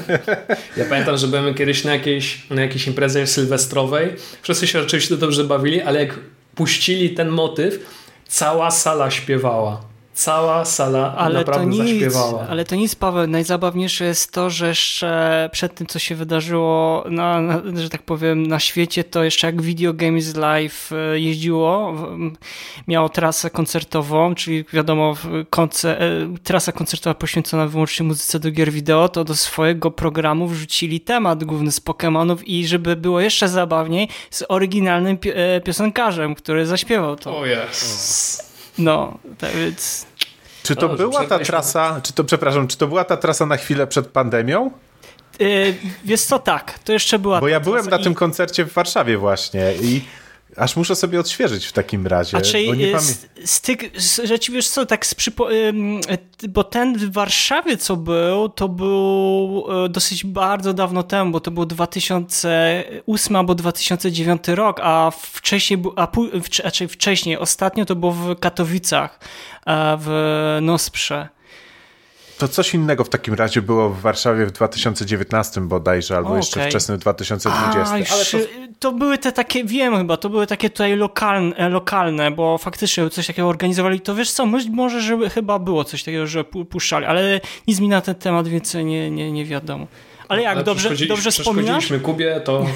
Ja pamiętam, że byłem kiedyś na jakiejś, na jakiejś imprezie sylwestrowej, wszyscy się oczywiście dobrze bawili, ale jak puścili ten motyw, cała sala śpiewała. Cała sala ale naprawdę to nic, zaśpiewała. Ale to nic, Paweł. Najzabawniejsze jest to, że jeszcze przed tym, co się wydarzyło, na, na, że tak powiem, na świecie, to jeszcze jak Video Games Live jeździło, miało trasę koncertową, czyli wiadomo, koncer, trasa koncertowa poświęcona wyłącznie muzyce do gier wideo, to do swojego programu wrzucili temat główny z Pokemonów i żeby było jeszcze zabawniej, z oryginalnym piosenkarzem, który zaśpiewał to. O oh yes. No, tak więc... Czy to no, była ta trasa, czy to, przepraszam, czy to była ta trasa na chwilę przed pandemią? Yy, wiesz co, tak, to jeszcze była Bo ta ja byłem trasa na i... tym koncercie w Warszawie właśnie i Aż muszę sobie odświeżyć w takim razie. A czyli bo nie pamię... z, z tych, rzeczywiście wiesz co, tak z przypo... bo ten w Warszawie co był, to był dosyć bardzo dawno temu, bo to był dwa tysiące ósmy albo dwa tysiące dziewiąty rok, a wcześniej, a pój- znaczy wcześniej, ostatnio to było w Katowicach, w Nosprze. To coś innego w takim razie było w Warszawie w dwa tysiące dziewiętnastym bodajże, albo okay. jeszcze wczesnym dwa tysiące dwudziestym. A, Ale to... to były te takie, wiem chyba, to były takie tutaj lokalne, lokalne, bo faktycznie coś takiego organizowali. To wiesz co, może żeby chyba było coś takiego, że puszczali, ale nic mi na ten temat więcej nie, nie, nie wiadomo. Ale jak, ale dobrze, dobrze wspominasz? Przeszkodziliśmy Kubie, to...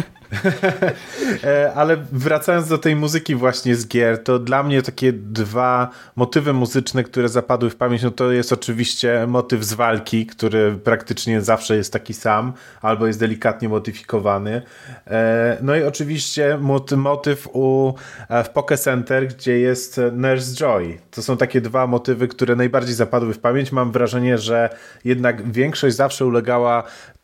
Ale wracając do tej muzyki właśnie z gier, to dla mnie takie dwa motywy muzyczne, które zapadły w pamięć, no to jest oczywiście motyw z walki, który praktycznie zawsze jest taki sam, albo jest delikatnie modyfikowany. No i oczywiście motyw u, w Poké Center, gdzie jest Nurse Joy. To są takie dwa motywy, które najbardziej zapadły w pamięć. Mam wrażenie, że jednak większość zawsze ulegała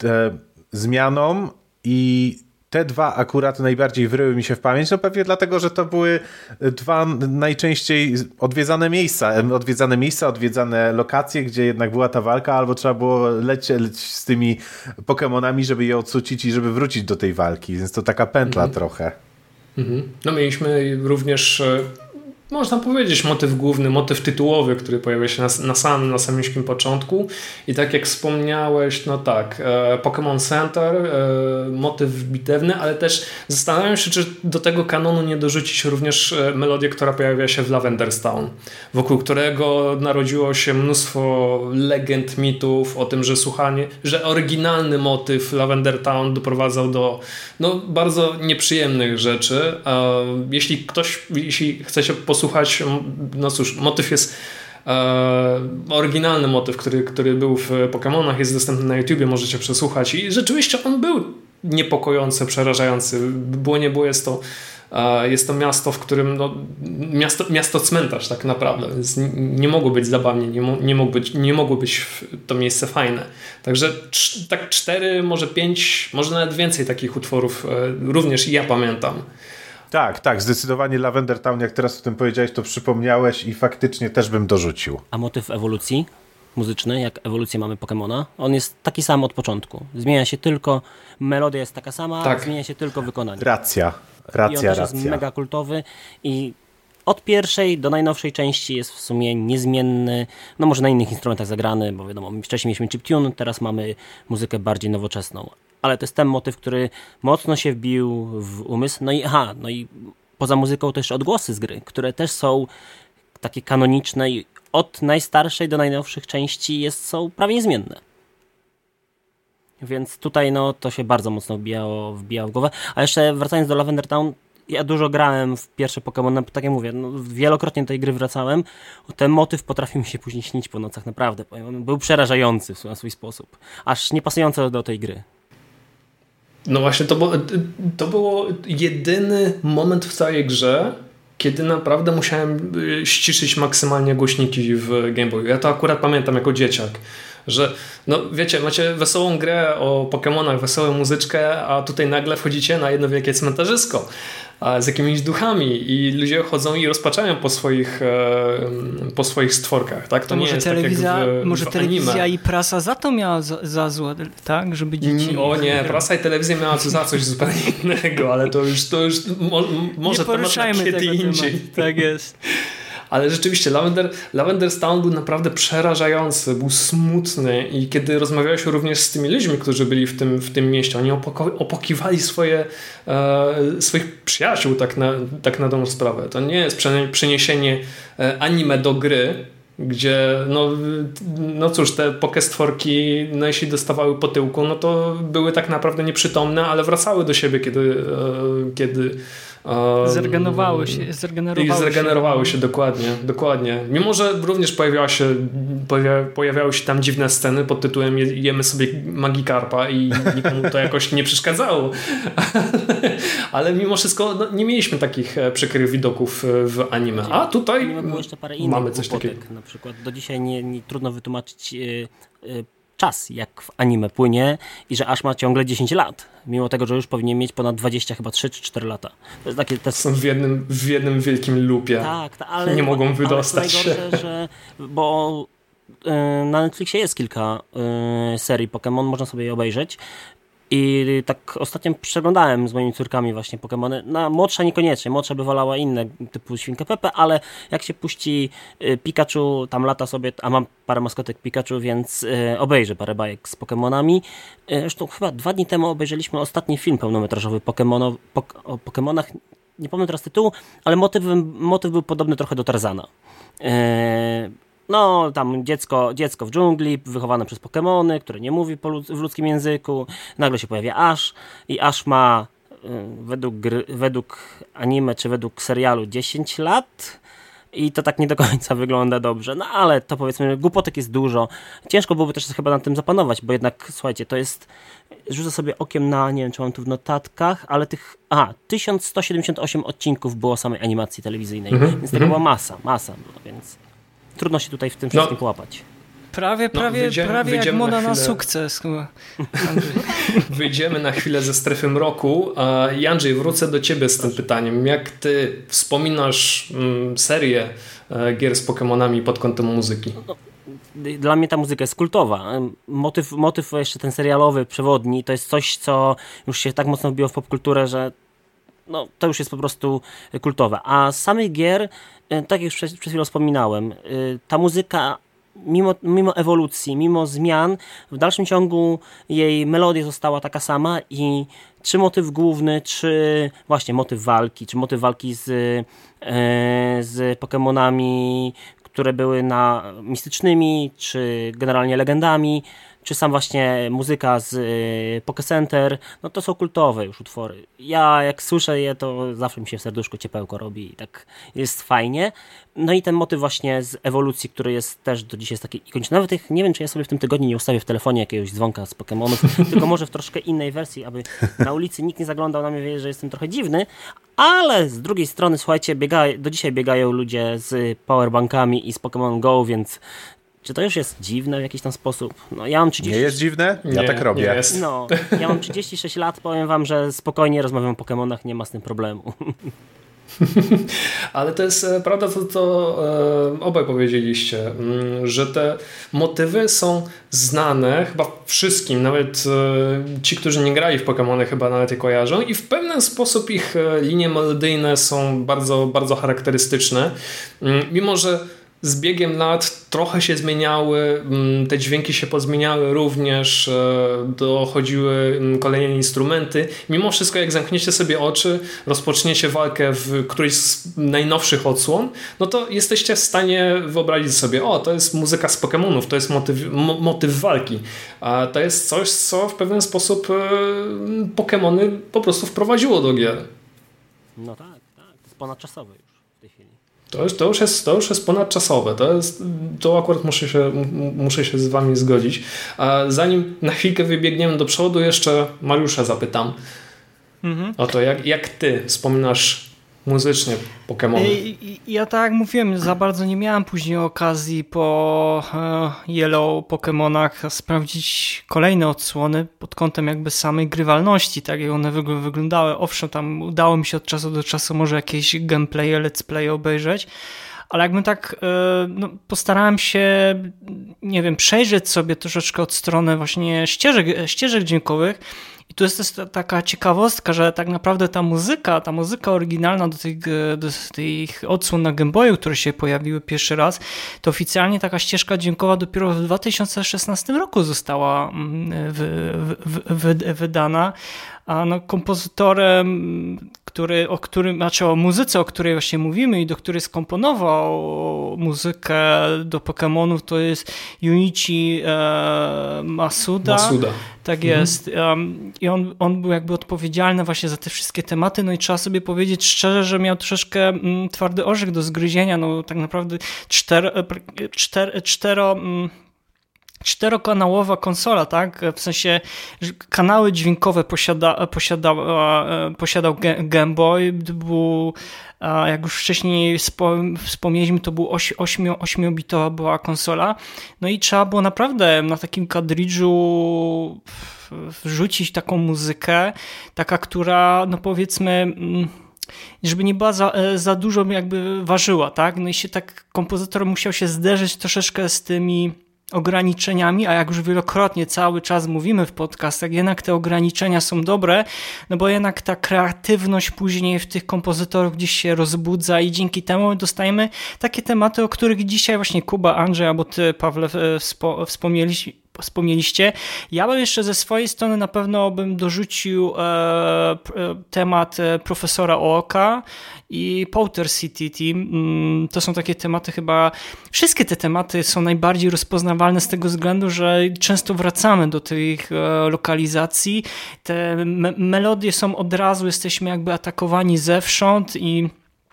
zmianom i te dwa akurat najbardziej wryły mi się w pamięć, no pewnie dlatego, że to były dwa najczęściej odwiedzane miejsca, odwiedzane miejsca, odwiedzane lokacje, gdzie jednak była ta walka, albo trzeba było lecieć z tymi Pokemonami, żeby je odsucić i żeby wrócić do tej walki, więc to taka pętla mhm. trochę. Mhm. No mieliśmy również, można powiedzieć, motyw główny, motyw tytułowy, który pojawia się na, na samym, na samym początku i tak jak wspomniałeś, no tak, e, Pokémon Center, e, motyw bitewny, ale też zastanawiam się, czy do tego kanonu nie dorzucić również melodię, która pojawia się w Lavender's Town, wokół którego narodziło się mnóstwo legend, mitów o tym, że słuchanie, że oryginalny motyw Lavender Town doprowadzał do no, bardzo nieprzyjemnych rzeczy. E, jeśli ktoś, jeśli chcecie posłuchać słuchać, no cóż, motyw jest e, oryginalny motyw, który, który był w Pokemonach, jest dostępny na YouTubie, możecie przesłuchać i rzeczywiście on był niepokojący, przerażający. Było nie było, jest to e, jest to miasto, w którym no, miasto, miasto cmentarz tak naprawdę, więc nie mogło być zabawnie, nie, mo, nie, mogło być, nie mogło być to miejsce fajne. Także cz, tak cztery, może pięć, może nawet więcej takich utworów e, również ja pamiętam. Tak, tak, zdecydowanie Lavender Town, jak teraz o tym powiedziałeś, to przypomniałeś i faktycznie też bym dorzucił. A motyw ewolucji muzyczny, jak ewolucję mamy Pokemona, on jest taki sam od początku. Zmienia się tylko, melodia jest taka sama, tak. Zmienia się tylko wykonanie. Racja, racja, I on też racja. jest mega kultowy i od pierwszej do najnowszej części jest w sumie niezmienny, no może na innych instrumentach zagrany, bo wiadomo, wcześniej mieliśmy chiptune, teraz mamy muzykę bardziej nowoczesną. Ale to jest ten motyw, który mocno się wbił w umysł. No i aha, no i poza muzyką też odgłosy z gry, które też są takie kanoniczne i od najstarszej do najnowszych części jest, są prawie niezmienne. Więc tutaj no to się bardzo mocno wbijało, wbijało w głowę. A jeszcze wracając do Lavender Town, ja dużo grałem w pierwsze Pokémon, tak jak mówię, no, wielokrotnie do tej gry wracałem. Ten motyw potrafił mi się później śnić po nocach, naprawdę. On był przerażający na swój sposób. Aż niepasujący do tej gry. No właśnie, to było, to było jedyny moment w całej grze, kiedy naprawdę musiałem ściszyć maksymalnie głośniki w Game Boyu. Ja to akurat pamiętam jako dzieciak, że no wiecie, macie wesołą grę o Pokemonach, wesołą muzyczkę, a tutaj nagle wchodzicie na jedno wielkie cmentarzysko z jakimiś duchami i ludzie chodzą i rozpaczają po swoich, po swoich stworkach, tak? To, to nie może jest telewizja, tak jak w, może w telewizja anime. i prasa za to miała za, za złe, tak? Żeby dzieci... O nie, prasa i telewizja miała za coś zupełnie innego, ale to już, to już mo, może nie poruszajmy kiedy tego indziej. Tematu. Tak jest. Ale rzeczywiście Lavender, Lavender's Town był naprawdę przerażający, był smutny i kiedy rozmawiałeś również z tymi ludźmi, którzy byli w tym, w tym mieście, oni opoko- opokiwali swoje, e, swoich przyjaciół tak na, tak na dobrą sprawę. To nie jest przeniesienie anime do gry, gdzie no, no cóż, te pokestworki, no jeśli dostawały po tyłku, no to były tak naprawdę nieprzytomne, ale wracały do siebie, kiedy e, kiedy Um, zregenerowały się, zregenerowały, i zregenerowały się. się, dokładnie, dokładnie. Mimo, że również pojawiała się, pojawia, pojawiały się tam dziwne sceny pod tytułem jemy sobie Magikarpa i nikomu to jakoś nie przeszkadzało. Ale mimo wszystko no, nie mieliśmy takich przykrych widoków w anime. A tutaj było jeszcze parę innych mamy coś takiego. Na przykład do dzisiaj nie, nie trudno wytłumaczyć yy, yy, czas, jak w anime płynie i że Ash ma ciągle dziesięć lat, mimo tego, że już powinien mieć ponad dwadzieścia, chyba trzy czy cztery lata. To jest takie, to jest... Są w jednym, w jednym wielkim loopie. Tak, ta, ale... Nie mogą wydostać się. Najgorsze, że... Bo y, na Netflixie jest kilka y, serii Pokémon, można sobie je obejrzeć. I tak ostatnio przeglądałem z moimi córkami właśnie Pokemony. No, młodsza niekoniecznie, młodsza by wolała inne typu Świnkę Pepę, ale jak się puści Pikachu, tam lata sobie, a mam parę maskotek Pikachu, więc y, obejrzę parę bajek z Pokemonami. Y, zresztą chyba dwa dni temu obejrzeliśmy ostatni film pełnometrażowy Pokemono, pok, o Pokemonach. Nie pamiętam teraz tytułu, ale motyw, motyw był podobny trochę do Tarzana. Y, No, tam dziecko, dziecko w dżungli, wychowane przez Pokemony, które nie mówi po lud- w ludzkim języku. Nagle się pojawia Ash i Ash ma y, według, gry, według anime czy według serialu dziesięć lat i to tak nie do końca wygląda dobrze. No ale to powiedzmy, głupotek jest dużo. Ciężko byłoby też chyba nad tym zapanować, bo jednak, słuchajcie, to jest... Rzucę sobie okiem na, nie wiem, czy mam tu w notatkach, ale tych... Aha, tysiąc sto siedemdziesiąt osiem odcinków było samej animacji telewizyjnej, mm-hmm. więc tego była masa, masa, no, więc... Trudno się tutaj w tym wszystkim no. połapać. Prawie, prawie, no, wyjdziemy, prawie wyjdziemy jak moda na, na sukces. Wyjdziemy na chwilę ze strefy mroku. I Andrzej, wrócę do ciebie z tym pytaniem. Jak ty wspominasz mm, serię gier z Pokemonami pod kątem muzyki? No, dla mnie ta muzyka jest kultowa. Motyw, motyw jeszcze ten serialowy, przewodni, to jest coś, co już się tak mocno wbiło w popkulturę, że no, to już jest po prostu kultowe. A z samych gier, tak jak już przed, przed chwilą wspominałem, ta muzyka mimo, mimo ewolucji, mimo zmian, w dalszym ciągu jej melodia została taka sama i czy motyw główny, czy właśnie motyw walki, czy motyw walki z, z Pokemonami, które były na mistycznymi, czy generalnie legendami, czy sam właśnie muzyka z y, Pokecenter, no to są kultowe już utwory. Ja jak słyszę je, to zawsze mi się w serduszku ciepełko robi i tak jest fajnie. No i ten motyw właśnie z ewolucji, który jest też do dzisiaj jest taki ikoniczny. Nawet ich, nie wiem, czy ja sobie w tym tygodniu nie ustawię w telefonie jakiegoś dzwonka z Pokemonów, tylko może w troszkę innej wersji, aby na ulicy nikt nie zaglądał na mnie, wie, że jestem trochę dziwny, ale z drugiej strony, słuchajcie, biega, do dzisiaj biegają ludzie z powerbankami i z Pokémon Go, więc czy to już jest dziwne w jakiś tam sposób? No, ja mam trzydzieści... Nie jest dziwne? Ja nie, tak robię. No, ja mam trzydzieści sześć lat, powiem wam, że spokojnie rozmawiam o Pokemonach, nie ma z tym problemu. Ale to jest prawda, to, to e, obaj powiedzieliście, m, że te motywy są znane chyba wszystkim, nawet e, ci, którzy nie grali w Pokemony chyba nawet je kojarzą i w pewien sposób ich e, linie melodyjne są bardzo, bardzo charakterystyczne, m, mimo że z biegiem lat trochę się zmieniały, te dźwięki się pozmieniały również, dochodziły kolejne instrumenty. Mimo wszystko, jak zamkniecie sobie oczy, rozpoczniecie walkę w którejś z najnowszych odsłon, no to jesteście w stanie wyobrazić sobie, o, to jest muzyka z Pokemonów, to jest motyw, mo, motyw walki. A to jest coś, co w pewien sposób Pokemony po prostu wprowadziło do gier. No tak, tak, to jest ponadczasowe już w tej chwili. To już, to, już jest, to już jest ponadczasowe. To, jest, to akurat muszę się, muszę się z wami zgodzić. A zanim na chwilkę wybiegniemy do przodu, jeszcze Mariusza zapytam mhm. o to, jak, jak ty wspominasz muzycznie Pokemony. Ja tak jak mówiłem, za bardzo nie miałem później okazji po Yellow Pokemonach sprawdzić kolejne odsłony pod kątem jakby samej grywalności, tak jak one wyglądały. Owszem, tam udało mi się od czasu do czasu może jakieś gameplaye, let's play obejrzeć, ale jakbym tak no, postarałem się, nie wiem, przejrzeć sobie troszeczkę od strony właśnie ścieżek, ścieżek dźwiękowych. I tu jest też taka ciekawostka, że tak naprawdę ta muzyka, ta muzyka oryginalna do tych, do tych odsłon na Game Boyu, które się pojawiły pierwszy raz, to oficjalnie taka ścieżka dźwiękowa dopiero w dwa tysiące szesnastym roku została wy, wy, wy, wydana. A no, kompozytorem, który, o którym, znaczy o muzyce, o której właśnie mówimy i do której skomponował muzykę do Pokemonów, to jest Junichi e, Masuda. Masuda. Tak jest. Mhm. Um, I on, on był jakby odpowiedzialny właśnie za te wszystkie tematy, no i trzeba sobie powiedzieć szczerze, że miał troszeczkę mm, twardy orzech do zgryzienia, no tak naprawdę czter, czter, cztero... Mm, czterokanałowa konsola, tak? W sensie że kanały dźwiękowe posiada, posiada, posiadał Game Boy, był, jak już wcześniej wspomnieliśmy, to był ośmiobitowa była konsola, no i trzeba było naprawdę na takim kadridżu wrzucić taką muzykę, taka, która, no powiedzmy, żeby nie była za, za dużo jakby ważyła, tak? No i się tak kompozytor musiał się zderzyć troszeczkę z tymi ograniczeniami, a jak już wielokrotnie cały czas mówimy w podcastach, jednak te ograniczenia są dobre, no bo jednak ta kreatywność później w tych kompozytorach gdzieś się rozbudza i dzięki temu dostajemy takie tematy, o których dzisiaj właśnie Kuba, Andrzej albo ty, Pawle, wspo- wspomnieliście, wspomnieliście. Ja bym jeszcze ze swojej strony na pewno bym dorzucił e, temat profesora Ooka i Powder City Team. To są takie tematy chyba, wszystkie te tematy są najbardziej rozpoznawalne z tego względu, że często wracamy do tych e, lokalizacji. Te me- melodie są od razu, jesteśmy jakby atakowani zewsząd i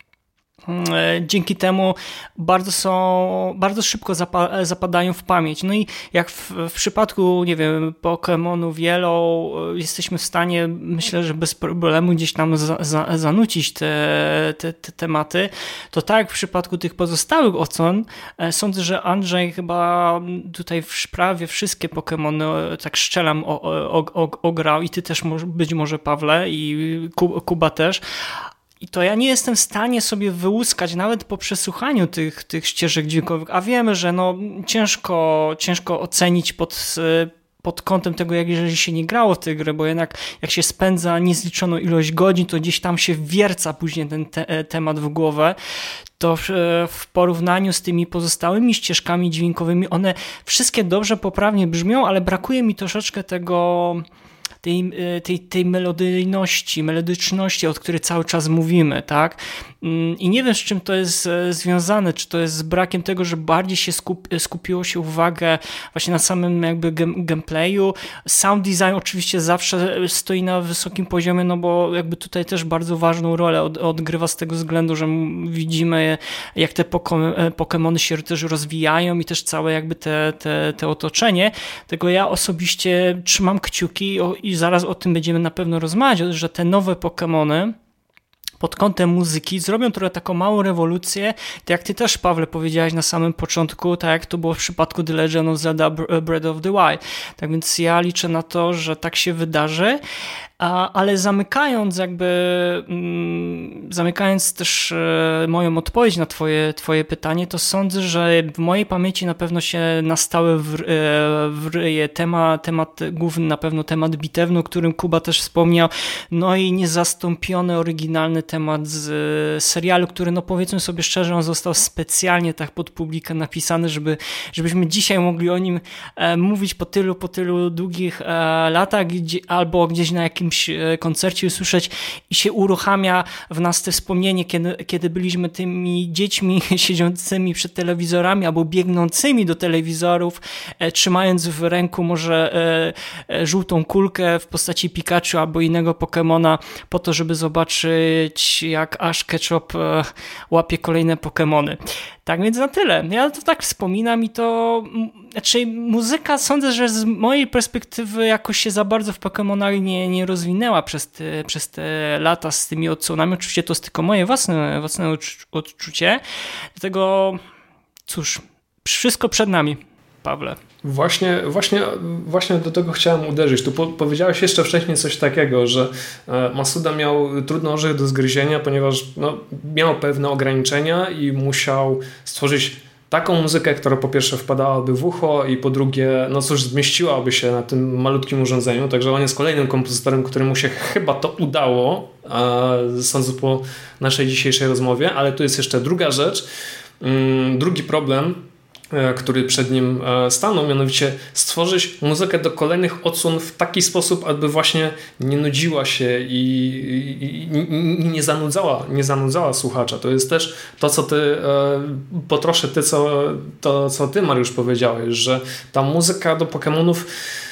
dzięki temu bardzo są, bardzo szybko zapa- zapadają w pamięć. No i jak w, w przypadku, nie wiem, Pokemonów Yellow jesteśmy w stanie, myślę, że bez problemu gdzieś tam za, za, zanucić te, te, te tematy, to tak jak w przypadku tych pozostałych odsłon, sądzę, że Andrzej chyba tutaj w prawie wszystkie Pokemony, tak szczelam, o, o, o, ograł i ty też być może, Pawle, i Kuba też. I to ja nie jestem w stanie sobie wyłuskać nawet po przesłuchaniu tych, tych ścieżek dźwiękowych, a wiemy, że no ciężko, ciężko ocenić pod, pod kątem tego, jak jeżeli się nie grało w tę grę, bo jednak jak się spędza niezliczoną ilość godzin, to gdzieś tam się wierca później ten te, temat w głowę, to w, w porównaniu z tymi pozostałymi ścieżkami dźwiękowymi, one wszystkie dobrze, poprawnie brzmią, ale brakuje mi troszeczkę tego... Tej, tej, tej melodyjności, melodyczności, o której cały czas mówimy, tak? I nie wiem, z czym to jest związane, czy to jest z brakiem tego, że bardziej się skup, skupiło się uwagę właśnie na samym jakby gameplayu. Sound design oczywiście zawsze stoi na wysokim poziomie, no bo jakby tutaj też bardzo ważną rolę od, odgrywa z tego względu, że widzimy, jak te Pokemony się też rozwijają i też całe jakby te, te, te otoczenie. Tego ja osobiście trzymam kciuki i i zaraz o tym będziemy na pewno rozmawiać, że te nowe Pokemony pod kątem muzyki zrobią trochę taką małą rewolucję, tak jak ty też, Pawle, powiedziałeś na samym początku, tak jak to było w przypadku The Legend of Zelda Breath of the Wild. Tak więc ja liczę na to, że tak się wydarzy, a, ale zamykając jakby, mm, zamykając też e, moją odpowiedź na twoje, twoje pytanie, to sądzę, że w mojej pamięci na pewno się na stałe wryje temat, temat główny, na pewno temat bitewny, o którym Kuba też wspomniał, no i niezastąpiony, oryginalny temat z serialu, który, no powiedzmy sobie szczerze, on został specjalnie tak pod publikę napisany, żeby, żebyśmy dzisiaj mogli o nim e, mówić po tylu, po tylu długich e, latach, gdzie, albo gdzieś na jakimś koncercie usłyszeć i się uruchamia w nas te wspomnienie, kiedy, kiedy byliśmy tymi dziećmi siedzącymi przed telewizorami albo biegnącymi do telewizorów, e, trzymając w ręku może e, e, żółtą kulkę w postaci Pikachu albo innego Pokemona po to, żeby zobaczyć, jak Ash Ketchum e, łapie kolejne Pokemony. Tak więc na tyle. Ja to tak wspominam i to, znaczy muzyka sądzę, że z mojej perspektywy jakoś się za bardzo w Pokemonach nie, nie rozwinęła przez te, przez te lata z tymi odsłonami. Oczywiście to jest tylko moje własne, własne odczucie. Dlatego cóż, wszystko przed nami, Pawle. Właśnie, właśnie, właśnie do tego chciałem uderzyć. Tu po, powiedziałeś jeszcze wcześniej coś takiego, że Masuda miał trudny orzech do zgryzienia, ponieważ no, miał pewne ograniczenia i musiał stworzyć taką muzykę, która po pierwsze wpadałaby w ucho i po drugie, no cóż, zmieściłaby się na tym malutkim urządzeniu. Także on jest kolejnym kompozytorem, któremu się chyba to udało, sądzę po naszej dzisiejszej rozmowie, ale tu jest jeszcze druga rzecz, drugi problem, który przed nim stanął, mianowicie stworzyć muzykę do kolejnych odsłon w taki sposób, aby właśnie nie nudziła się i, i, i nie zanudzała, nie zanudzała słuchacza. To jest też to, co ty, potroszę ty, co, to, co ty, Mariusz, powiedziałeś, że ta muzyka do Pokemonów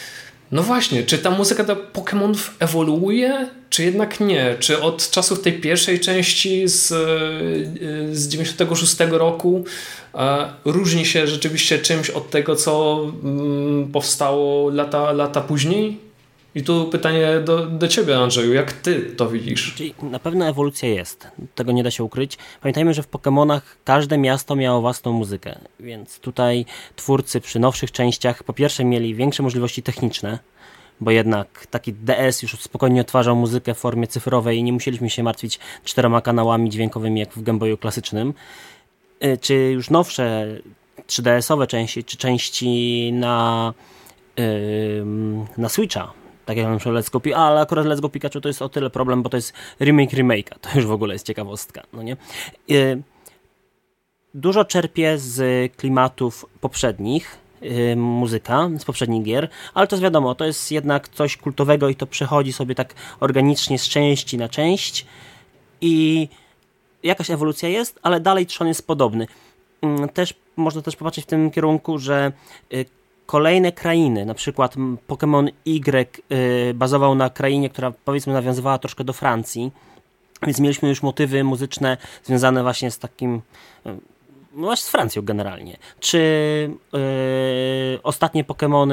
No właśnie, czy ta muzyka do Pokémonów ewoluuje, czy jednak nie? Czy od czasów tej pierwszej części z, z dziewięćdziesiątego szóstego roku e, różni się rzeczywiście czymś od tego, co mm, powstało lata, lata później? I tu pytanie do, do ciebie, Andrzeju, jak ty to widzisz? Czyli na pewno ewolucja jest, tego nie da się ukryć. Pamiętajmy, że w Pokémonach każde miasto miało własną muzykę, więc tutaj twórcy przy nowszych częściach po pierwsze mieli większe możliwości techniczne, bo jednak taki D S już spokojnie odtwarzał muzykę w formie cyfrowej i nie musieliśmy się martwić czterema kanałami dźwiękowymi jak w Game Boyu klasycznym. Czy już nowsze trzy D S owe części, czy części na, yy, na Switcha, tak jak na przykład Let's Go Pikachu, ale akurat Let's Go Pikachu to jest o tyle problem, bo to jest remake remake'a, to już w ogóle jest ciekawostka, no nie? Yy, dużo czerpie z klimatów poprzednich, yy, muzyka z poprzednich gier, ale to jest wiadomo, to jest jednak coś kultowego i to przechodzi sobie tak organicznie z części na część i jakaś ewolucja jest, ale dalej trzon jest podobny. Yy, też można też popatrzeć w tym kierunku, że yy, kolejne krainy, na przykład Pokémon Y y, bazował na krainie, która powiedzmy nawiązywała troszkę do Francji, więc mieliśmy już motywy muzyczne związane właśnie z takim, y, no właśnie z Francją generalnie. Czy y, ostatnie Pokémony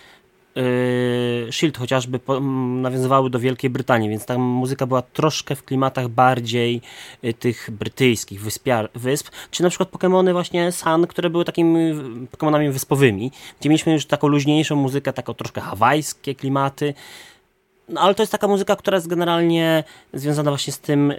y, Shield chociażby po, m, nawiązywały do Wielkiej Brytanii, więc ta muzyka była troszkę w klimatach bardziej y, tych brytyjskich wyspiar, wysp, czy na przykład Pokémony właśnie Sun, które były takimi Pokémonami wyspowymi, gdzie mieliśmy już taką luźniejszą muzykę, taką troszkę hawajskie klimaty, no ale to jest taka muzyka, która jest generalnie związana właśnie z tym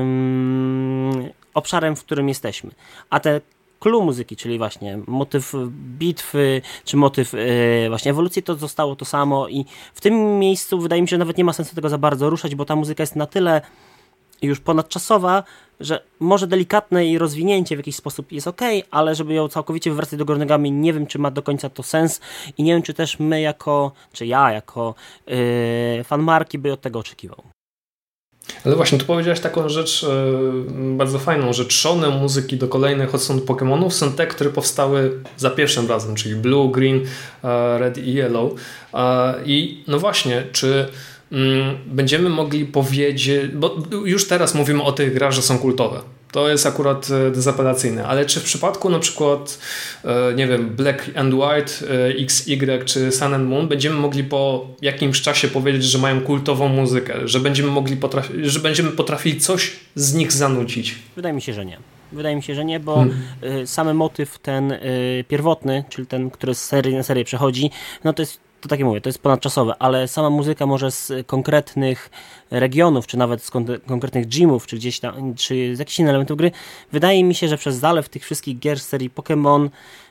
ym, obszarem, w którym jesteśmy. A te clue muzyki, czyli właśnie motyw bitwy, czy motyw yy, właśnie ewolucji, to zostało to samo i w tym miejscu wydaje mi się, że nawet nie ma sensu tego za bardzo ruszać, bo ta muzyka jest na tyle już ponadczasowa, że może delikatne jej rozwinięcie w jakiś sposób jest ok, ale żeby ją całkowicie wywracać do góry nogami, nie wiem, czy ma do końca to sens i nie wiem, czy też my jako, czy ja jako yy, fan marki by od tego oczekiwał. Ale właśnie, tu powiedziałeś taką rzecz yy, bardzo fajną, że trzony muzyki do kolejnych odsłon Pokémonów są te, które powstały za pierwszym razem, czyli Blue, Green, yy, Red i Yellow. Yy, I no właśnie, czy yy, będziemy mogli powiedzieć, bo już teraz mówimy o tych grach, że są kultowe. To jest akurat bezapelacyjne, ale czy w przypadku na przykład, nie wiem, Black and White, X Y czy Sun and Moon będziemy mogli po jakimś czasie powiedzieć, że mają kultową muzykę, że będziemy mogli potrafi- że będziemy potrafili coś z nich zanucić? Wydaje mi się, że nie. Wydaje mi się, że nie, bo hmm. samy motyw ten pierwotny, czyli ten, który z serii na serię przechodzi, no to jest, to tak jak mówię, to jest ponadczasowe, ale sama muzyka może z konkretnych regionów, czy nawet z kon- konkretnych gymów, czy gdzieś tam, czy z jakichś innych elementów gry, wydaje mi się, że przez zalew tych wszystkich gier z serii Pokémon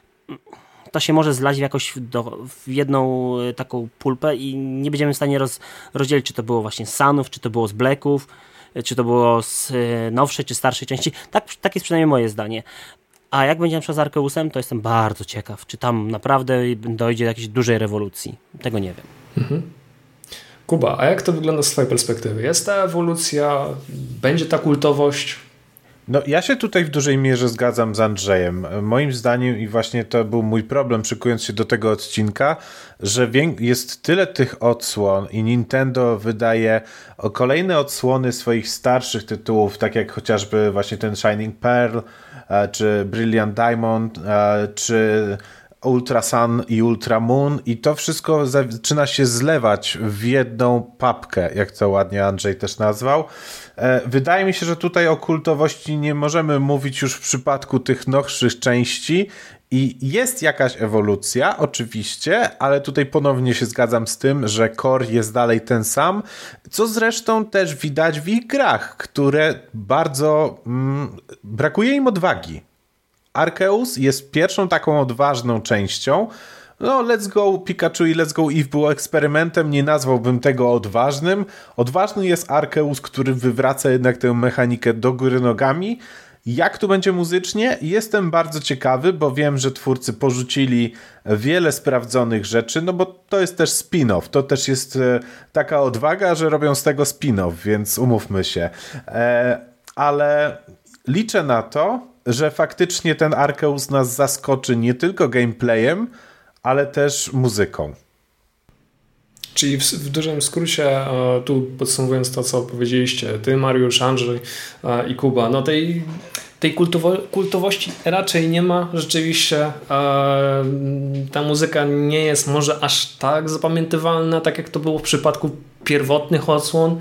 to się może zlać w jakoś do, w jedną taką pulpę i nie będziemy w stanie roz, rozdzielić, czy to było właśnie z Sunów, czy to było z Blacków, czy to było z nowszej, czy starszej części. Tak, tak jest przynajmniej moje zdanie. A jak będzie na przykład z Arceusem, to jestem bardzo ciekaw, czy tam naprawdę dojdzie do jakiejś dużej rewolucji. Tego nie wiem. Mhm. Kuba, a jak to wygląda z twojej perspektywy? Jest ta ewolucja? Będzie ta kultowość? No, ja się tutaj w dużej mierze zgadzam z Andrzejem. Moim zdaniem, i właśnie to był mój problem, szykując się do tego odcinka, że jest tyle tych odsłon i Nintendo wydaje kolejne odsłony swoich starszych tytułów, tak jak chociażby właśnie ten Shining Pearl, czy Brilliant Diamond, czy Ultra Sun i Ultra Moon, i to wszystko zaczyna się zlewać w jedną papkę, jak to ładnie Andrzej też nazwał. Wydaje mi się, że tutaj o kultowości nie możemy mówić już w przypadku tych nowszych części i jest jakaś ewolucja, oczywiście, ale tutaj ponownie się zgadzam z tym, że core jest dalej ten sam, co zresztą też widać w ich grach, które bardzo mm, brakuje im odwagi. Arceus jest pierwszą taką odważną częścią. No, Let's Go Pikachu i Let's Go Eve było eksperymentem, nie nazwałbym tego odważnym. Odważny jest Arceus, który wywraca jednak tę mechanikę do góry nogami. Jak tu będzie muzycznie? Jestem bardzo ciekawy, bo wiem, że twórcy porzucili wiele sprawdzonych rzeczy, no bo to jest też spin-off. To też jest taka odwaga, że robią z tego spin-off, więc umówmy się. Ale liczę na to, że faktycznie ten Arceus nas zaskoczy nie tylko gameplayem, ale też muzyką. Czyli w, w dużym skrócie, tu podsumowując to, co powiedzieliście, ty, Mariusz, Andrzej i Kuba, no tej, tej kultowo, kultowości raczej nie ma. Rzeczywiście ta muzyka nie jest może aż tak zapamiętywalna, tak jak to było w przypadku pierwotnych odsłon.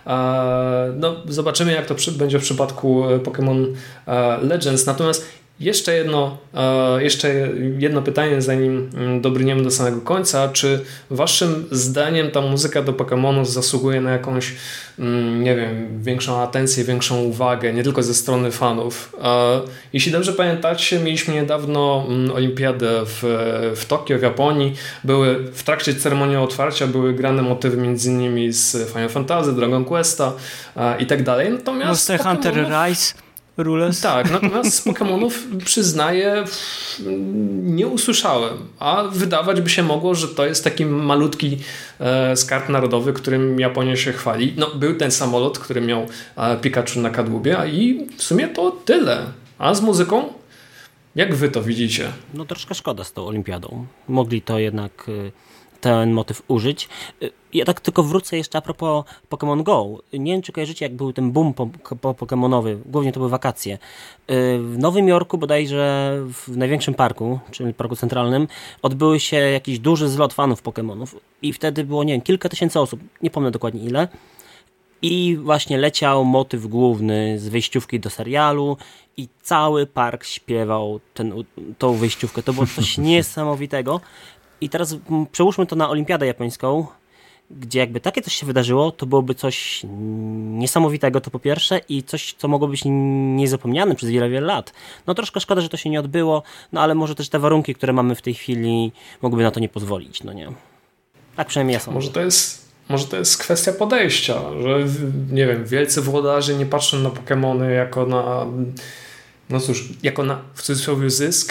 No, zobaczymy, jak to przy, będzie w przypadku Pokémon Legends. Natomiast jeszcze jedno, jeszcze jedno pytanie, zanim dobrniemy do samego końca. Czy waszym zdaniem ta muzyka do Pokémonów zasługuje na jakąś, nie wiem, większą atencję, większą uwagę, nie tylko ze strony fanów? Jeśli dobrze pamiętacie, mieliśmy niedawno olimpiadę w, w Tokio, w Japonii. Były w trakcie ceremonii otwarcia były grane motywy między innymi z Final Fantasy, Dragon Questa i tak dalej. Natomiast Monster Hunter Rise. Rules. Tak, natomiast z Pokémonów przyznaję, nie usłyszałem, a wydawać by się mogło, że to jest taki malutki e, skarb narodowy, którym Japonia się chwali. No, był ten samolot, który miał e, Pikachu na kadłubie, a i w sumie to tyle. A z muzyką? Jak wy to widzicie? No troszkę szkoda z tą olimpiadą. Mogli to jednak ten motyw użyć. Ja tak tylko wrócę jeszcze a propos Pokémon Go. Nie wiem, czy kojarzycie, jak był ten boom po, po pokemonowy. Głównie to były wakacje. W Nowym Jorku bodajże w największym parku, czyli parku centralnym, odbyły się jakiś duży zlot fanów Pokémonów i wtedy było, nie wiem, kilka tysięcy osób. Nie pomnę dokładnie ile. I właśnie leciał motyw główny z wyjściówki do serialu i cały park śpiewał ten, tą wyjściówkę. To było coś niesamowitego. I teraz przełóżmy to na olimpiadę japońską, gdzie jakby takie coś się wydarzyło, to byłoby coś niesamowitego, to po pierwsze, i coś, co mogło być niezapomniane przez wiele, wiele lat. No troszkę szkoda, że to się nie odbyło, no ale może też te warunki, które mamy w tej chwili, mogłyby na to nie pozwolić, no nie. Tak przynajmniej ja sądzę. Może to jest, może to jest kwestia podejścia, że nie wiem, wielcy włodarze nie patrzą na Pokemony jako na, no cóż, jako na, w cudzysłowie, zysk,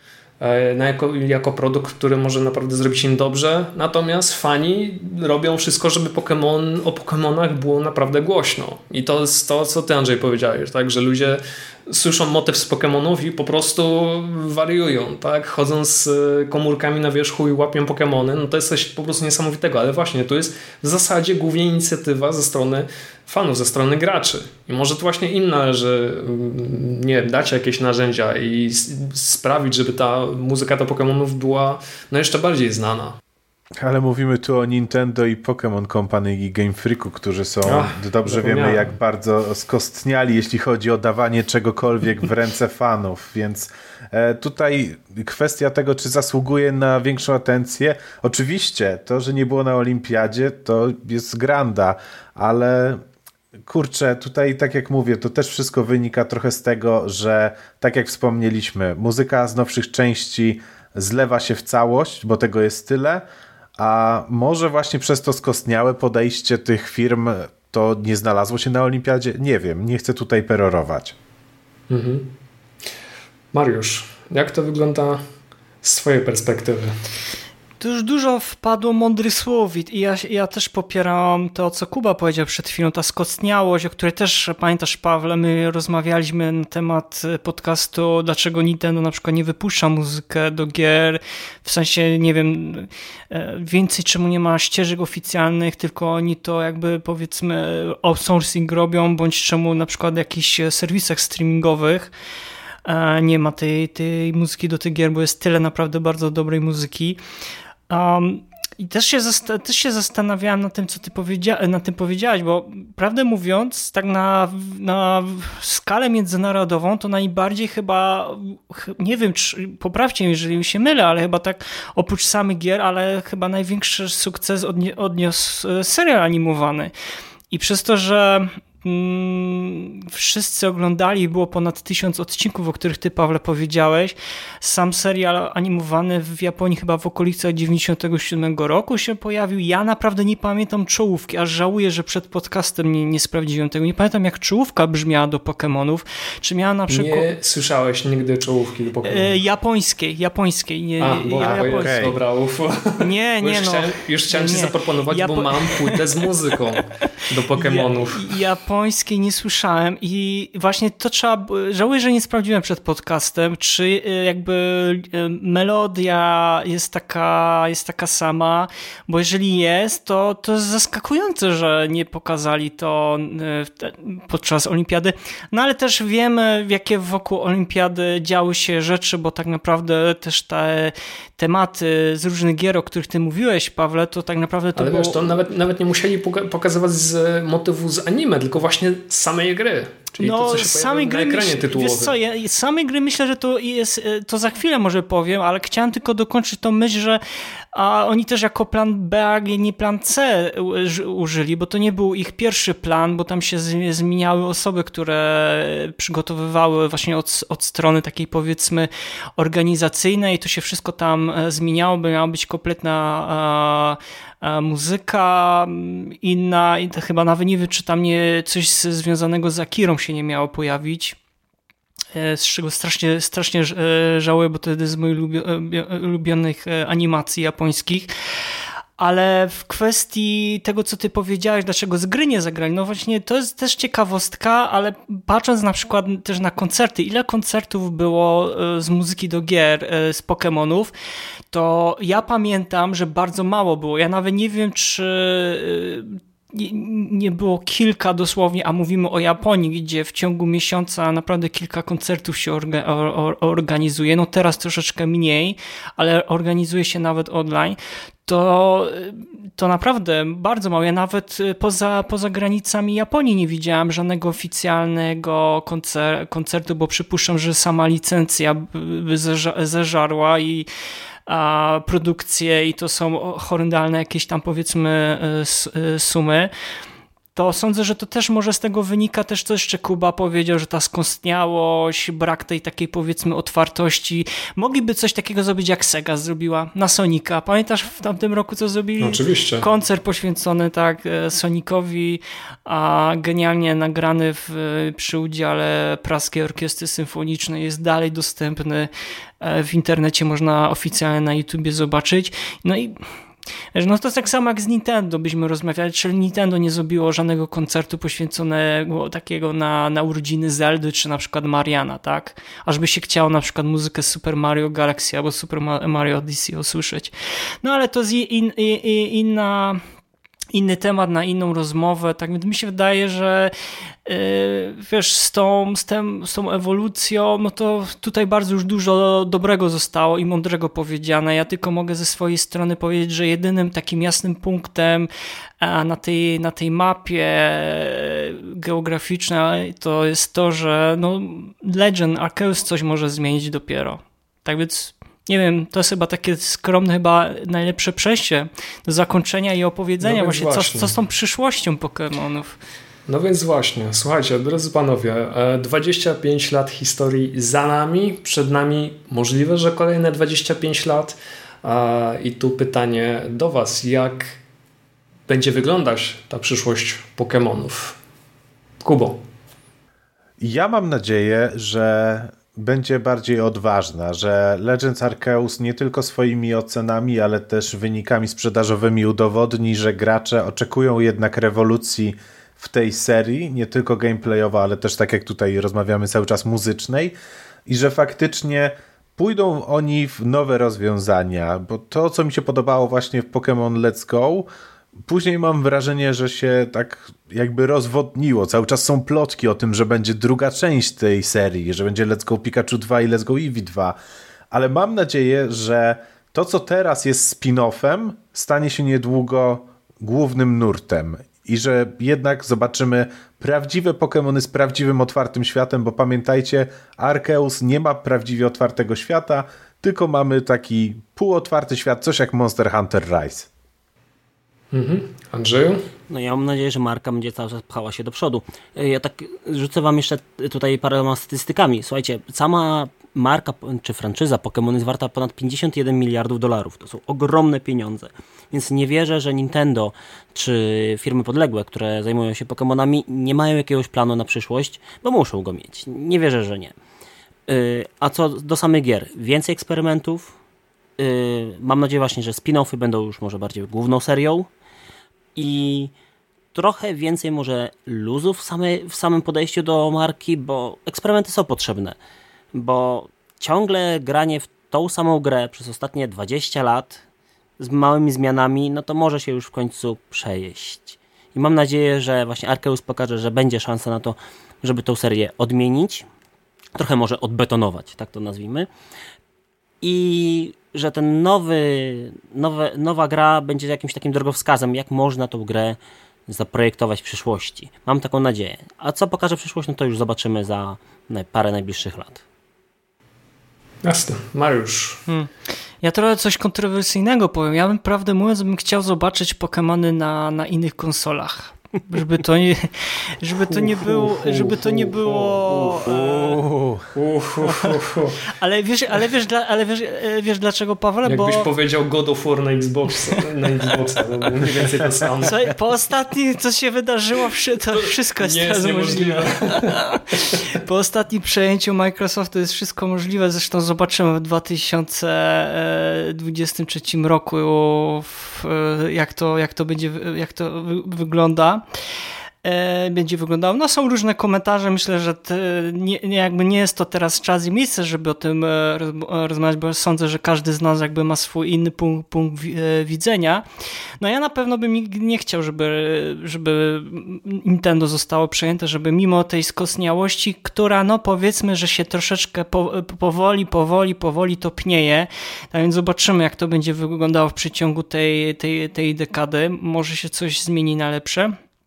Na jako, jako produkt, który może naprawdę zrobić im dobrze, natomiast fani robią wszystko, żeby Pokemon, o Pokemonach było naprawdę głośno. I to jest to, co ty, Andrzej, powiedziałeś, tak? Że ludzie słyszą motyw z Pokemonów i po prostu wariują, tak? Chodzą z komórkami na wierzchu i łapią Pokemony, no to jest coś po prostu niesamowitego, ale właśnie tu jest w zasadzie głównie inicjatywa ze strony fanów, ze strony graczy. I może to właśnie im należy, nie wiem, dać jakieś narzędzia i sprawić, żeby ta muzyka do Pokemonów była no jeszcze bardziej znana. Ale mówimy tu o Nintendo i Pokémon Company i Game Freaku, którzy są, Ach, dobrze wiemy, jak bardzo skostniali, jeśli chodzi o dawanie czegokolwiek w ręce fanów, więc e, tutaj kwestia tego, czy zasługuje na większą atencję. Oczywiście, to, że nie było na olimpiadzie, to jest granda, ale kurczę, tutaj tak jak mówię, to też wszystko wynika trochę z tego, że tak jak wspomnieliśmy, muzyka z nowszych części zlewa się w całość, bo tego jest tyle, a może właśnie przez to skostniałe podejście tych firm to nie znalazło się na olimpiadzie? Nie wiem, nie chcę tutaj perorować. Mhm. Mariusz, jak to wygląda z twojej perspektywy? To już dużo wpadło mądrych słów i ja, ja też popieram to, co Kuba powiedział przed chwilą, ta skostniałość, o której też, pamiętasz, Pawle, my rozmawialiśmy na temat podcastu, dlaczego Nintendo na przykład nie wypuszcza muzykę do gier, w sensie, nie wiem, więcej czemu nie ma ścieżek oficjalnych, tylko oni to jakby, powiedzmy, outsourcing robią, bądź czemu na przykład w jakichś serwisach streamingowych nie ma tej, tej muzyki do tych gier, bo jest tyle naprawdę bardzo dobrej muzyki. Um, I też się, też się zastanawiałem na tym, co ty powiedzia- na tym powiedziałeś, bo prawdę mówiąc, tak na, na skalę międzynarodową, to najbardziej chyba, nie wiem, czy, poprawcie mnie, jeżeli się mylę, ale chyba tak oprócz samych gier, ale chyba największy sukces odnie- odniósł serial animowany. I przez to, że wszyscy oglądali, było ponad tysiąc odcinków, o których ty, Pawle, powiedziałeś. Sam serial animowany w Japonii chyba w okolicach dziewięćdziesiątego siódmego roku się pojawił. Ja naprawdę nie pamiętam czołówki, aż żałuję, że przed podcastem nie, nie sprawdziłem tego. Nie pamiętam, jak czołówka brzmiała do Pokemonów. Czy miała na przykład... Nie słyszałeś nigdy czołówki do Pokemonów? E, japońskiej, japońskiej. Nie, A, bo ja, japońskiej. Okay. Dobra, uf. Nie, nie, już no. Chciałem, już chciałem nie. ci zaproponować, Japo... bo mam płytę z muzyką do Pokemonów. Ja, japońskiej nie słyszałem I właśnie to trzeba, żałuję, że nie sprawdziłem przed podcastem, czy jakby melodia jest taka, jest taka sama, bo jeżeli jest, to, to jest zaskakujące, że nie pokazali to podczas olimpiady. No ale też wiemy, jakie wokół olimpiady działy się rzeczy, bo tak naprawdę też te tematy z różnych gier, o których ty mówiłeś, Pawle, to tak naprawdę to ale było... wiesz, to nawet, nawet nie musieli pokazywać z motywu z anime, tylko właśnie z samej gry. Czyli no, to, co się samej gry na ekranie myśl, tytułowym. Wiesz co, ja, samej gry myślę, że to jest, to za chwilę może powiem, ale chciałem tylko dokończyć tą myśl, że a oni też jako plan B, a nie plan C użyli, bo to nie był ich pierwszy plan, bo tam się zmieniały osoby, które przygotowywały właśnie od, od strony takiej powiedzmy organizacyjnej, to się wszystko tam zmieniało, by miała być kompletna a, a muzyka inna, i to chyba nawet nie wiem, czy tam nie coś związanego z Akirą się nie miało pojawić, z czego strasznie, strasznie żałuję, bo to jest z moich ulubionych animacji japońskich. Ale w kwestii tego, co ty powiedziałeś, dlaczego z gry nie zagrali, no właśnie to jest też ciekawostka, ale patrząc na przykład też na koncerty, ile koncertów było z muzyki do gier, z Pokemonów, to ja pamiętam, że bardzo mało było. Ja nawet nie wiem, czy nie było kilka dosłownie, a mówimy o Japonii, gdzie w ciągu miesiąca naprawdę kilka koncertów się orga, or, organizuje. No teraz troszeczkę mniej, ale organizuje się nawet online. To, to naprawdę bardzo mało. Ja nawet poza, poza granicami Japonii nie widziałem żadnego oficjalnego koncer, koncertu, bo przypuszczam, że sama licencja by zeżarła i a produkcje i to są horrendalne jakieś tam powiedzmy sumy, to sądzę, że to też może z tego wynika też, co jeszcze Kuba powiedział, że ta skostniałość, brak tej takiej powiedzmy otwartości. Mogliby coś takiego zrobić, jak Sega zrobiła na Sonika. Pamiętasz w tamtym roku, co zrobili? Oczywiście. Koncert poświęcony tak Sonicowi, a genialnie nagrany w, przy udziale Praskiej Orkiestry Symfonicznej, jest dalej dostępny w internecie, można oficjalnie na YouTubie zobaczyć. No i no to tak samo jak z Nintendo byśmy rozmawiali, czyli Nintendo nie zrobiło żadnego koncertu poświęconego takiego na, na urodziny Zeldy, czy na przykład Mariana, tak? Ażby się chciało na przykład muzykę Super Mario Galaxy albo Super Mario Odyssey usłyszeć. No ale to jest in, in, inna... inny temat na inną rozmowę, tak więc mi się wydaje, że yy, wiesz, z tą, z, tym, z tą ewolucją, no to tutaj bardzo już dużo dobrego zostało i mądrego powiedziane. Ja tylko mogę ze swojej strony powiedzieć, że jedynym takim jasnym punktem na tej, na tej mapie geograficznej to jest to, że no, Legend Arceus coś może zmienić dopiero. Tak więc nie wiem, to jest chyba takie skromne, chyba najlepsze przejście do zakończenia i opowiedzenia no właśnie, właśnie. Co, co z tą przyszłością Pokemonów. No więc właśnie, słuchajcie, drodzy panowie, dwadzieścia pięć lat historii za nami, przed nami możliwe, że kolejne dwadzieścia pięć lat i tu pytanie do was, jak będzie wyglądać ta przyszłość Pokemonów? Kubo. Ja mam nadzieję, że będzie bardziej odważna, że Legends Arceus nie tylko swoimi ocenami, ale też wynikami sprzedażowymi udowodni, że gracze oczekują jednak rewolucji w tej serii, nie tylko gameplayowo, ale też tak jak tutaj rozmawiamy cały czas muzycznej i że faktycznie pójdą oni w nowe rozwiązania, bo to, co mi się podobało właśnie w Pokémon Let's Go, później mam wrażenie, że się tak jakby rozwodniło. Cały czas są plotki o tym, że będzie druga część tej serii, że będzie Let's Go Pikachu dwa i Let's Go Eevee dwa. Ale mam nadzieję, że to, co teraz jest spin-offem, stanie się niedługo głównym nurtem. I że jednak zobaczymy prawdziwe Pokémony z prawdziwym otwartym światem, bo pamiętajcie, Arceus nie ma prawdziwie otwartego świata, tylko mamy taki półotwarty świat, coś jak Monster Hunter Rise. Mhm. Andrzeju? No ja mam nadzieję, że marka będzie cały czas pchała się do przodu. Ja tak rzucę wam jeszcze tutaj paroma statystykami. Słuchajcie, sama marka czy franczyza Pokémon jest warta ponad pięćdziesiąt jeden miliardów dolarów. To są ogromne pieniądze. Więc nie wierzę, że Nintendo czy firmy podległe, które zajmują się Pokémonami, nie mają jakiegoś planu na przyszłość, bo muszą go mieć. Nie wierzę, że nie. A co do samych gier, więcej eksperymentów. Mam nadzieję właśnie, że spin-offy będą już może bardziej główną serią. I trochę więcej może luzu w, same, w samym podejściu do marki, bo eksperymenty są potrzebne, bo ciągle granie w tą samą grę przez ostatnie dwadzieścia lat z małymi zmianami, no to może się już w końcu przejeść. I mam nadzieję, że właśnie Arceus pokaże, że będzie szansa na to, żeby tą serię odmienić, trochę może odbetonować, tak to nazwijmy, i że ten nowy, nowe, nowa gra będzie jakimś takim drogowskazem, jak można tą grę zaprojektować w przyszłości. Mam taką nadzieję. A co pokaże przyszłość, no to już zobaczymy za parę najbliższych lat. Jasne. Mariusz. Hmm. Ja trochę coś kontrowersyjnego powiem. Ja bym, prawdę mówiąc, bym chciał zobaczyć Pokemony na, na innych konsolach. Żeby to nie, żeby to nie było, żeby to nie było. Ale wiesz, ale wiesz, ale wiesz, wiesz dlaczego, Paweł? Jakbyś bo... powiedział God of War na Xboxa, na Xboxa, to mniej więcej to samo. Co, po ostatnim, co się wydarzyło, to wszystko jest, nie jest możliwe. Po ostatnim przejęciu Microsoftu jest wszystko możliwe. Zresztą zobaczymy w dwa tysiące dwudziestym trzecim roku, jak to, jak to będzie, jak to wygląda. Będzie wyglądało. No są różne komentarze, myślę, że te, nie, nie, jakby nie jest to teraz czas i miejsce, żeby o tym rozmawiać, bo sądzę, że każdy z nas jakby ma swój inny punkt, punkt widzenia. No ja na pewno bym nie chciał, żeby, żeby Nintendo zostało przejęte, żeby mimo tej skostniałości, która no powiedzmy, że się troszeczkę po, powoli, powoli, powoli topnieje, tak więc zobaczymy, jak to będzie wyglądało w przeciągu tej, tej, tej dekady. Może się coś zmieni na lepsze.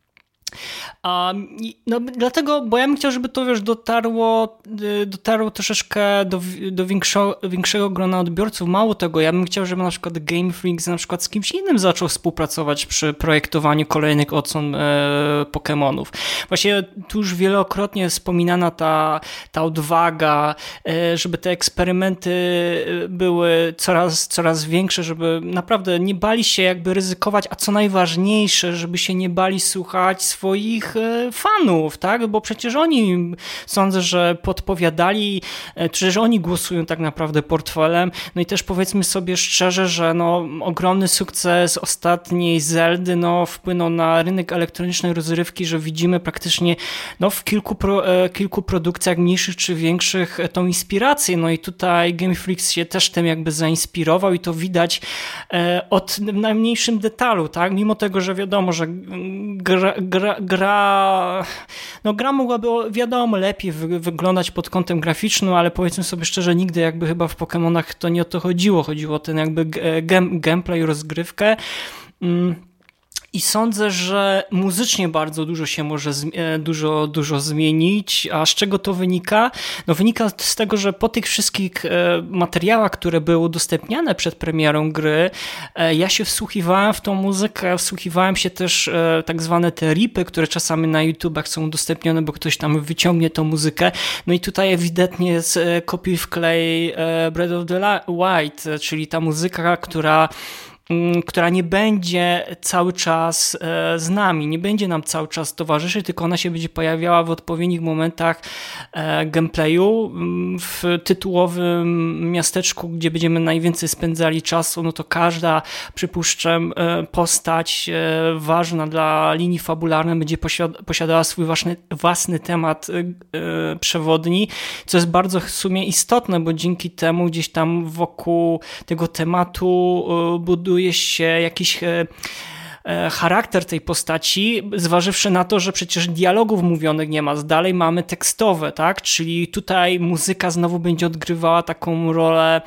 No, dlatego, bo ja bym chciał, żeby to wiesz, dotarło, dotarło troszeczkę do, do większego, większego grona odbiorców. Mało tego, ja bym chciał, żeby na przykład Game Freak na przykład z kimś innym zaczął współpracować przy projektowaniu kolejnych odsłon e, Pokemonów. Właśnie tu już wielokrotnie wspominana ta, ta odwaga, e, żeby te eksperymenty były coraz, coraz większe, żeby naprawdę nie bali się jakby ryzykować, a co najważniejsze, żeby się nie bali słuchać swoich fanów, tak? Bo przecież oni, sądzę, że podpowiadali, przecież oni głosują tak naprawdę portfelem, no i też powiedzmy sobie szczerze, że no, ogromny sukces ostatniej Zeldy no, wpłynął na rynek elektronicznej rozrywki, że widzimy praktycznie no, w kilku, pro, kilku produkcjach mniejszych czy większych tą inspirację, no i tutaj Game Freak się też tym jakby zainspirował i to widać od najmniejszym detalu, tak? Mimo tego, że wiadomo, że gra, gra, gra no gra mogłaby wiadomo lepiej wy, wyglądać pod kątem graficznym, ale powiedzmy sobie szczerze, nigdy jakby chyba w Pokemonach to nie o to chodziło, chodziło o ten jakby game, gameplay, rozgrywkę. Mm. I sądzę, że muzycznie bardzo dużo się może dużo, dużo zmienić. A z czego to wynika? No wynika z tego, że po tych wszystkich materiałach, które były udostępniane przed premierą gry, ja się wsłuchiwałem w tą muzykę, wsłuchiwałem się też tak zwane te ripy, które czasami na YouTubach są udostępnione, bo ktoś tam wyciągnie tą muzykę. No i tutaj ewidentnie jest kopiuj wklej Breath of the Wild, czyli ta muzyka, która która nie będzie cały czas z nami, nie będzie nam cały czas towarzyszyć, tylko ona się będzie pojawiała w odpowiednich momentach gameplayu. W tytułowym miasteczku, gdzie będziemy najwięcej spędzali czasu, no to każda, przypuszczam, postać ważna dla linii fabularnej będzie posiadała swój własny, własny temat przewodni, co jest bardzo w sumie istotne, bo dzięki temu gdzieś tam wokół tego tematu buduje się jakiś charakter tej postaci, zważywszy na to, że przecież dialogów mówionych nie ma, dalej mamy tekstowe, tak? Czyli tutaj muzyka znowu będzie odgrywała taką rolę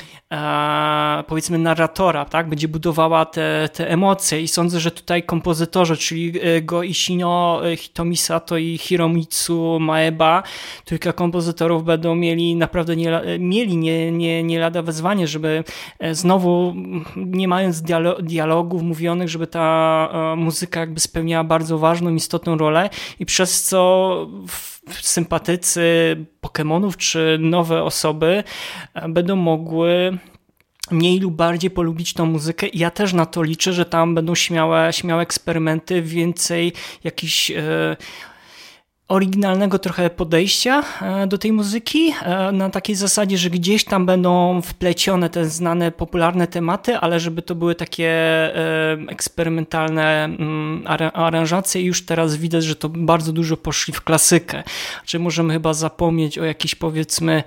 E, powiedzmy narratora, tak? Będzie budowała te, te emocje i sądzę, że tutaj kompozytorzy, czyli Go Ishino, Hitomi Sato i Hiromitsu Maeba, trójka kompozytorów będą mieli naprawdę nie, mieli nie, nie, nie lada wezwanie, żeby znowu, nie mając dialogów mówionych, żeby ta muzyka jakby spełniała bardzo ważną, istotną rolę i przez co sympatycy Pokemonów czy nowe osoby będą mogły mniej lub bardziej polubić tą muzykę i ja też na to liczę, że tam będą śmiałe, śmiałe eksperymenty, więcej jakichś e, oryginalnego trochę podejścia do tej muzyki, na takiej zasadzie, że gdzieś tam będą wplecione te znane, popularne tematy, ale żeby to były takie eksperymentalne aranżacje i już teraz widać, że to bardzo dużo poszli w klasykę. Czy możemy chyba zapomnieć o jakichś, powiedzmy,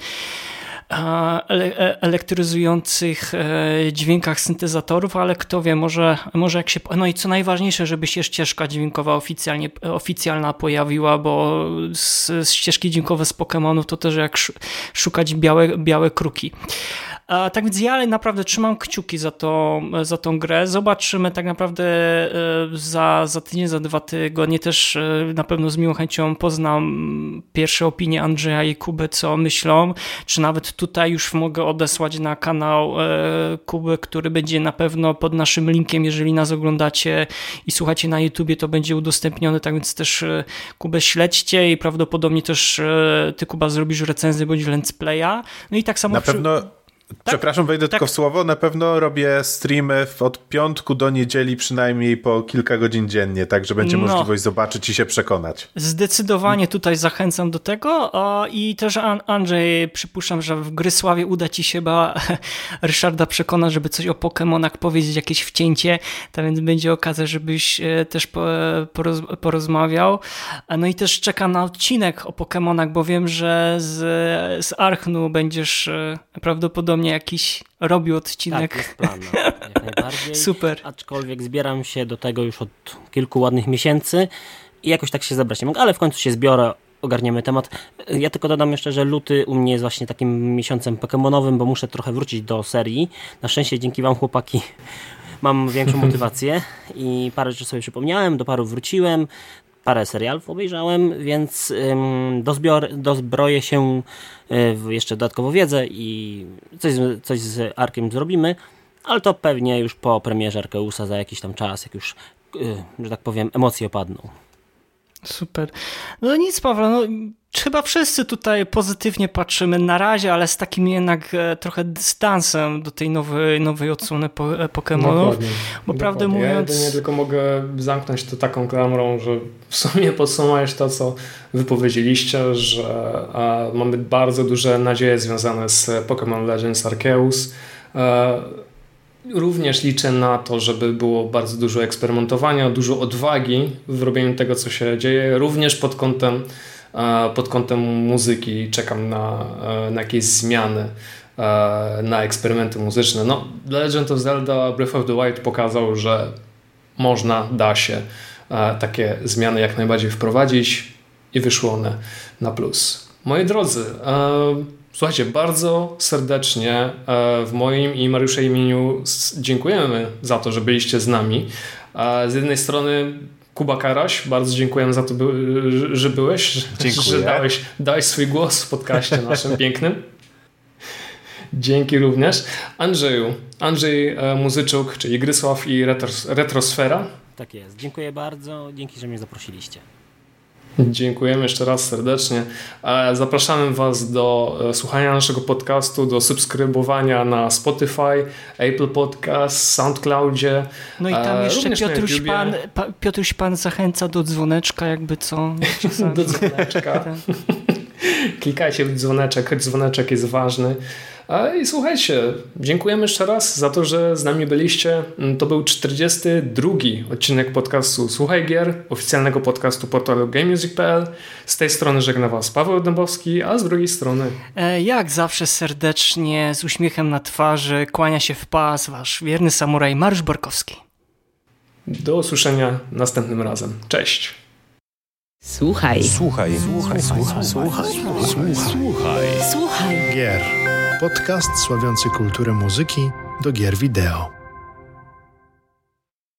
elektryzujących dźwiękach syntezatorów, ale kto wie, może, może jak się... No i co najważniejsze, żeby się ścieżka dźwiękowa oficjalnie, oficjalna pojawiła, bo z, z ścieżki dźwiękowe z Pokémonów to też jak szukać białe, białe kruki. A tak więc ja naprawdę trzymam kciuki za, to, za tą grę. Zobaczymy tak naprawdę za, za tydzień, za dwa tygodnie też na pewno z miłą chęcią poznam pierwsze opinie Andrzeja i Kuby, co myślą, czy nawet tutaj już mogę odesłać na kanał Kuby, który będzie na pewno pod naszym linkiem, jeżeli nas oglądacie i słuchacie na YouTubie, to będzie udostępniony, tak więc też Kubę śledźcie i prawdopodobnie też ty, Kuba, zrobisz recenzję bądź let's playa. No i tak samo... Na przy... pewno... Tak? Przepraszam, wejdę tak. tylko w słowo. Na pewno robię streamy od piątku do niedzieli przynajmniej po kilka godzin dziennie, tak, że będzie no. możliwość zobaczyć i się przekonać. Zdecydowanie tutaj zachęcam do tego i też Andrzej, przypuszczam, że w Grysławie uda ci się chyba Ryszarda przekona, żeby coś o Pokemonach powiedzieć, jakieś wcięcie, tak więc będzie okazja, żebyś też poroz, porozmawiał. No i też czekam na odcinek o Pokemonach, bo wiem, że z, z Archnu będziesz prawdopodobnie jakiś robił odcinek. Tak, jest plan, no, jak najbardziej. Super. Aczkolwiek zbieram się do tego już od kilku ładnych miesięcy i jakoś tak się zebrać nie mogę, ale w końcu się zbiorę, ogarniemy temat. Ja tylko dodam jeszcze, że luty u mnie jest właśnie takim miesiącem pokemonowym, bo muszę trochę wrócić do serii. Na szczęście dzięki wam, chłopaki, mam większą motywację i parę rzeczy sobie przypomniałem, do paru wróciłem, parę serialów obejrzałem, więc ym, dozbior, dozbroję się y, jeszcze dodatkowo wiedzę i coś, coś z Arkiem zrobimy, ale to pewnie już po premierze Arkeusa za jakiś tam czas, jak już, y, że tak powiem, emocje opadną. Super. No nic, Paweł, no, chyba wszyscy tutaj pozytywnie patrzymy na razie, ale z takim jednak trochę dystansem do tej nowej, nowej odsłony Pokemonów. Bo prawdę mówiąc... Ja jedynie tylko mogę zamknąć to taką klamrą, że w sumie podsumować to, co wypowiedzieliście, że a, mamy bardzo duże nadzieje związane z Pokémon Legends Arceus. A, Również liczę na to, żeby było bardzo dużo eksperymentowania, dużo odwagi w robieniu tego, co się dzieje. Również pod kątem, pod kątem muzyki czekam na, na jakieś zmiany, na eksperymenty muzyczne. No, Legend of Zelda Breath of the Wild pokazał, że można, da się takie zmiany jak najbardziej wprowadzić i wyszły one na plus. Moi drodzy, słuchajcie, bardzo serdecznie w moim i Mariusza imieniu dziękujemy za to, że byliście z nami. Z jednej strony Kuba Karaś, bardzo dziękujemy za to, że byłeś, że dałeś, dałeś swój głos w podcaście naszym pięknym. Dzięki również. Andrzeju, Andrzej Muzyczuk, czyli Grysław i Retros, Retrosfera. Tak jest, dziękuję bardzo, dzięki, że mnie zaprosiliście. Dziękujemy jeszcze raz serdecznie. Zapraszamy Was do słuchania naszego podcastu, do subskrybowania na Spotify, Apple Podcast, SoundCloudzie. No i tam jeszcze Piotruś Pan, Piotruś Pan zachęca do dzwoneczka, jakby co. Do dzwoneczka. Klikajcie w dzwoneczek, dzwoneczek jest ważny. I słuchajcie, dziękujemy jeszcze raz za to, że z nami byliście. To był czterdziesty drugi odcinek podcastu Słuchaj Gier, oficjalnego podcastu portalu game music kropka p l. Z tej strony żegna Was Paweł Dębowski, a z drugiej strony... Jak zawsze serdecznie, z uśmiechem na twarzy, kłania się w pas Wasz wierny samuraj Mariusz Borkowski. Do usłyszenia następnym razem. Cześć! Słuchaj. Słuchaj. Słuchaj. Słuchaj. Słuchaj. Słuchaj. Słuchaj. Gier. Podcast sławiący kulturę muzyki do gier wideo.